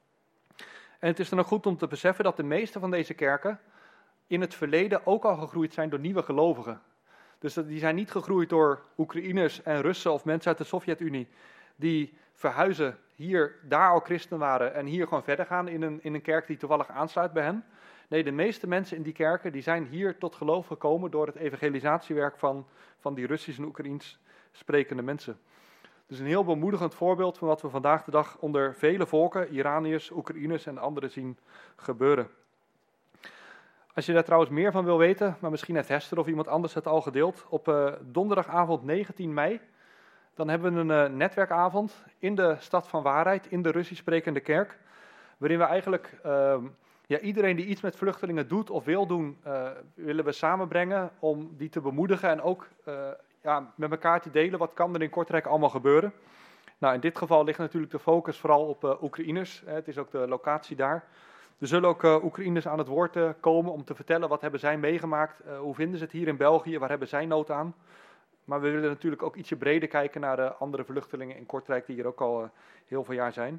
En het is dan ook goed om te beseffen dat de meeste van deze kerken in het verleden ook al gegroeid zijn door nieuwe gelovigen. Dus die zijn niet gegroeid door Oekraïners en Russen of mensen uit de Sovjet-Unie die verhuizen, hier, daar al christen waren en hier gewoon verder gaan in een, in een kerk die toevallig aansluit bij hen. Nee, de meeste mensen in die kerken die zijn hier tot geloof gekomen door het evangelisatiewerk van, van die Russisch en Oekraïens sprekende mensen. Dus een heel bemoedigend voorbeeld van wat we vandaag de dag onder vele volken, Iraniërs, Oekraïners en anderen zien gebeuren. Als je daar trouwens meer van wil weten, maar misschien heeft Hester of iemand anders het al gedeeld, op uh, donderdagavond negentien mei, dan hebben we een uh, netwerkavond in de Stad van Waarheid, in de Russisch sprekende kerk, waarin we eigenlijk uh, ja, iedereen die iets met vluchtelingen doet of wil doen, uh, willen we samenbrengen om die te bemoedigen en ook uh, ja, met elkaar te delen wat kan er in Kortrijk allemaal gebeuren. Nou, in dit geval ligt natuurlijk de focus vooral op uh, Oekraïners, hè, het is ook de locatie daar. Er zullen ook uh, Oekraïners aan het woord uh, komen om te vertellen wat hebben zij meegemaakt, uh, hoe vinden ze het hier in België, waar hebben zij nood aan. Maar we willen natuurlijk ook ietsje breder kijken naar de andere vluchtelingen in Kortrijk die hier ook al uh, heel veel jaar zijn.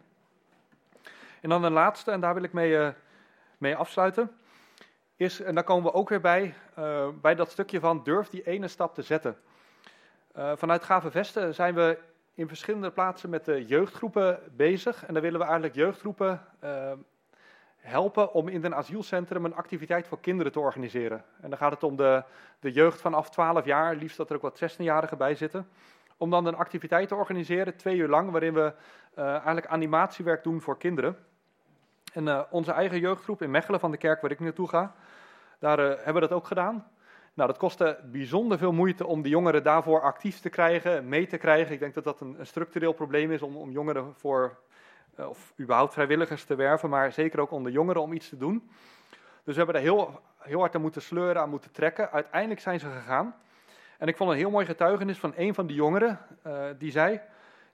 En dan een laatste, en daar wil ik mee, uh, mee afsluiten, is, en daar komen we ook weer bij, uh, bij dat stukje van durf die ene stap te zetten. Uh, vanuit Gave Vesten zijn we in verschillende plaatsen met de jeugdgroepen bezig. En dan willen we eigenlijk jeugdgroepen uh, helpen om in een asielcentrum een activiteit voor kinderen te organiseren. En dan gaat het om de, de jeugd vanaf twaalf jaar, liefst dat er ook wat zestienjarigen bij zitten. Om dan een activiteit te organiseren, twee uur lang, waarin we uh, eigenlijk animatiewerk doen voor kinderen. En uh, onze eigen jeugdgroep in Mechelen, van de kerk waar ik naartoe ga, daar uh, hebben we dat ook gedaan. Nou, dat kostte bijzonder veel moeite om de jongeren daarvoor actief te krijgen, mee te krijgen. Ik denk dat dat een, een structureel probleem is om, om jongeren voor, uh, of überhaupt vrijwilligers te werven, maar zeker ook om de jongeren om iets te doen. Dus we hebben daar heel, heel hard aan moeten sleuren, aan moeten trekken. Uiteindelijk zijn ze gegaan. En ik vond een heel mooi getuigenis van een van die jongeren, uh, die zei,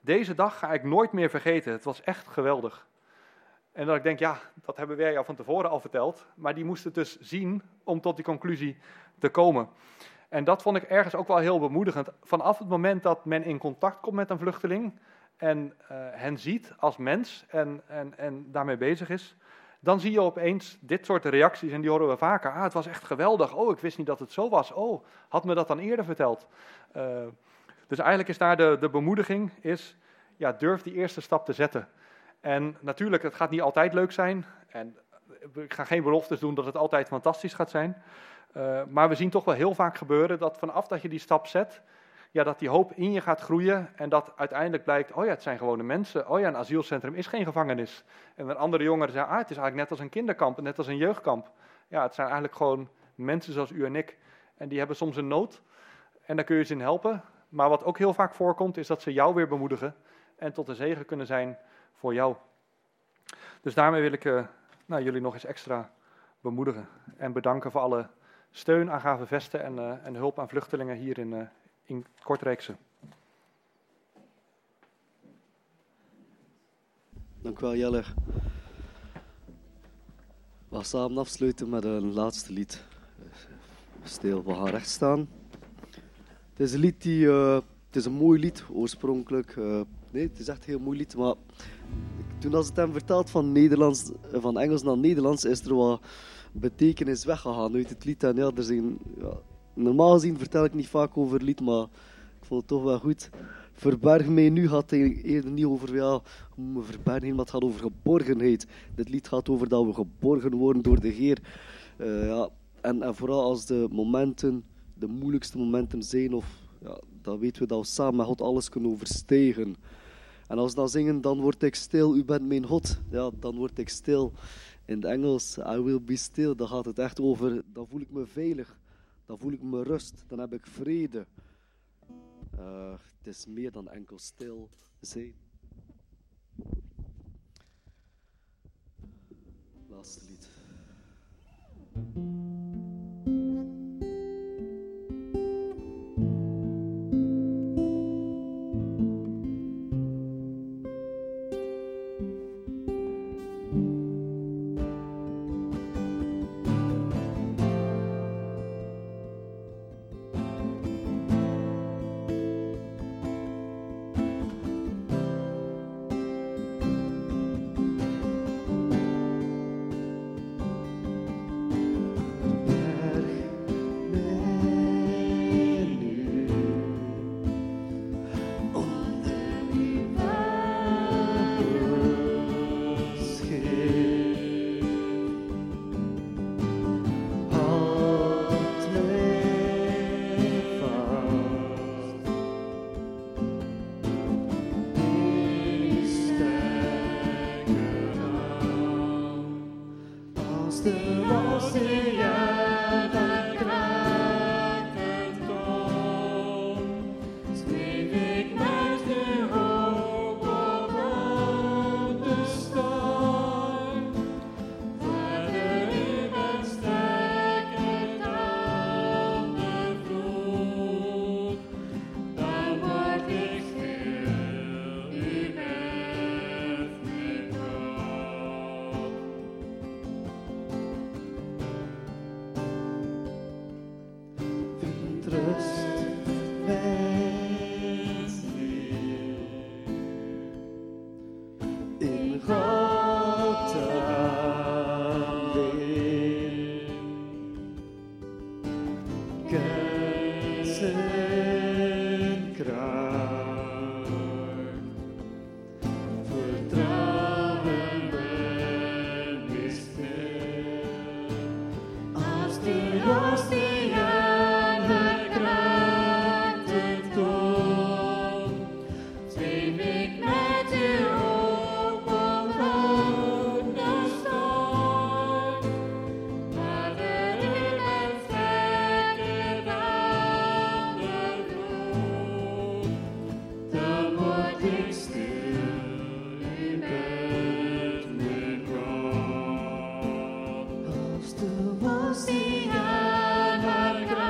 Deze dag ga ik nooit meer vergeten. Het was echt geweldig. En dat ik denk, ja, dat hebben wij jou van tevoren al verteld. Maar die moest het dus zien om tot die conclusie te komen. En dat vond ik ergens ook wel heel bemoedigend. Vanaf het moment dat men in contact komt met een vluchteling en uh, hen ziet als mens en, en, en daarmee bezig is, dan zie je opeens dit soort reacties en die horen we vaker. Ah, het was echt geweldig. Oh, ik wist niet dat het zo was. Oh, had me dat dan eerder verteld. Uh, dus eigenlijk is daar de, de bemoediging, is, ja, durf die eerste stap te zetten. En natuurlijk, het gaat niet altijd leuk zijn. En ik ga geen beloftes doen dat het altijd fantastisch gaat zijn. Uh, maar we zien toch wel heel vaak gebeuren dat vanaf dat je die stap zet, ja, dat die hoop in je gaat groeien en dat uiteindelijk blijkt, oh ja, het zijn gewone mensen. Oh ja, een asielcentrum is geen gevangenis. En een andere jongeren zeggen, ah, het is eigenlijk net als een kinderkamp, net als een jeugdkamp. Ja, het zijn eigenlijk gewoon mensen zoals u en ik. En die hebben soms een nood en daar kun je ze in helpen. Maar wat ook heel vaak voorkomt, is dat ze jou weer bemoedigen en tot een zegen kunnen zijn voor jou. Dus daarmee wil ik uh, nou, jullie nog eens extra bemoedigen en bedanken voor alle steun aan Gave Vesten en, uh, en hulp aan vluchtelingen hier in, uh, in Kortrijkse. Dank u wel, Jeller. We gaan samen afsluiten met een laatste lied. Stil, we gaan recht staan. Het is een lied die, uh, het is een mooi lied oorspronkelijk. Uh, nee, het is echt een heel mooi lied, maar toen als het hem vertaald van, Nederlands, van Engels naar Nederlands, is er wat betekenis weggegaan uit het lied. En ja, er zijn, ja, normaal gezien vertel ik niet vaak over het lied, maar ik vond het toch wel goed. Verberg mij nu gaat het eerder niet over, ja, hoe me verbergen, maar het gaat over geborgenheid. Dit lied gaat over dat we geborgen worden door de Heer. Uh, ja, en, en vooral als de momenten, de moeilijkste momenten zijn, of ja, dan weten we dat we samen met God alles kunnen overstegen. En als we dan zingen, dan word ik stil, u bent mijn God. Ja, dan word ik stil. In het Engels, I will be still, dan gaat het echt over, dan voel ik me veilig. Dan voel ik me rust, dan heb ik vrede. Uh, het is meer dan enkel stil zijn. Laatste lied.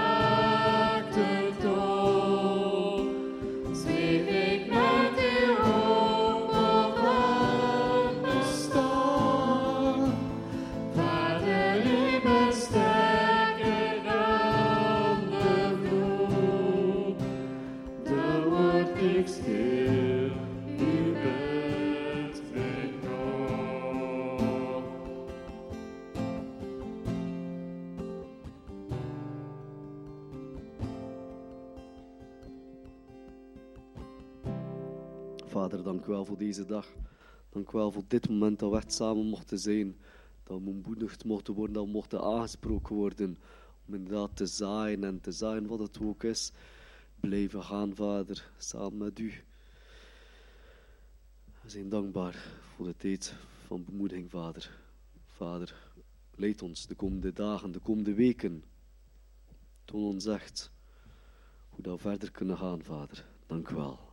Zweef ik met u Vader, dank u wel voor deze dag. Dank u wel voor dit moment dat we echt samen mochten zijn. Dat we bemoedigd mochten worden, dat we mochten aangesproken worden. Om inderdaad te zaaien en te zaaien wat het ook is. Blijven gaan, Vader, samen met u. We zijn dankbaar voor de tijd van bemoediging, Vader. Vader, leid ons de komende dagen, de komende weken. Toon ons echt hoe dat we verder kunnen gaan, Vader. Dank u wel.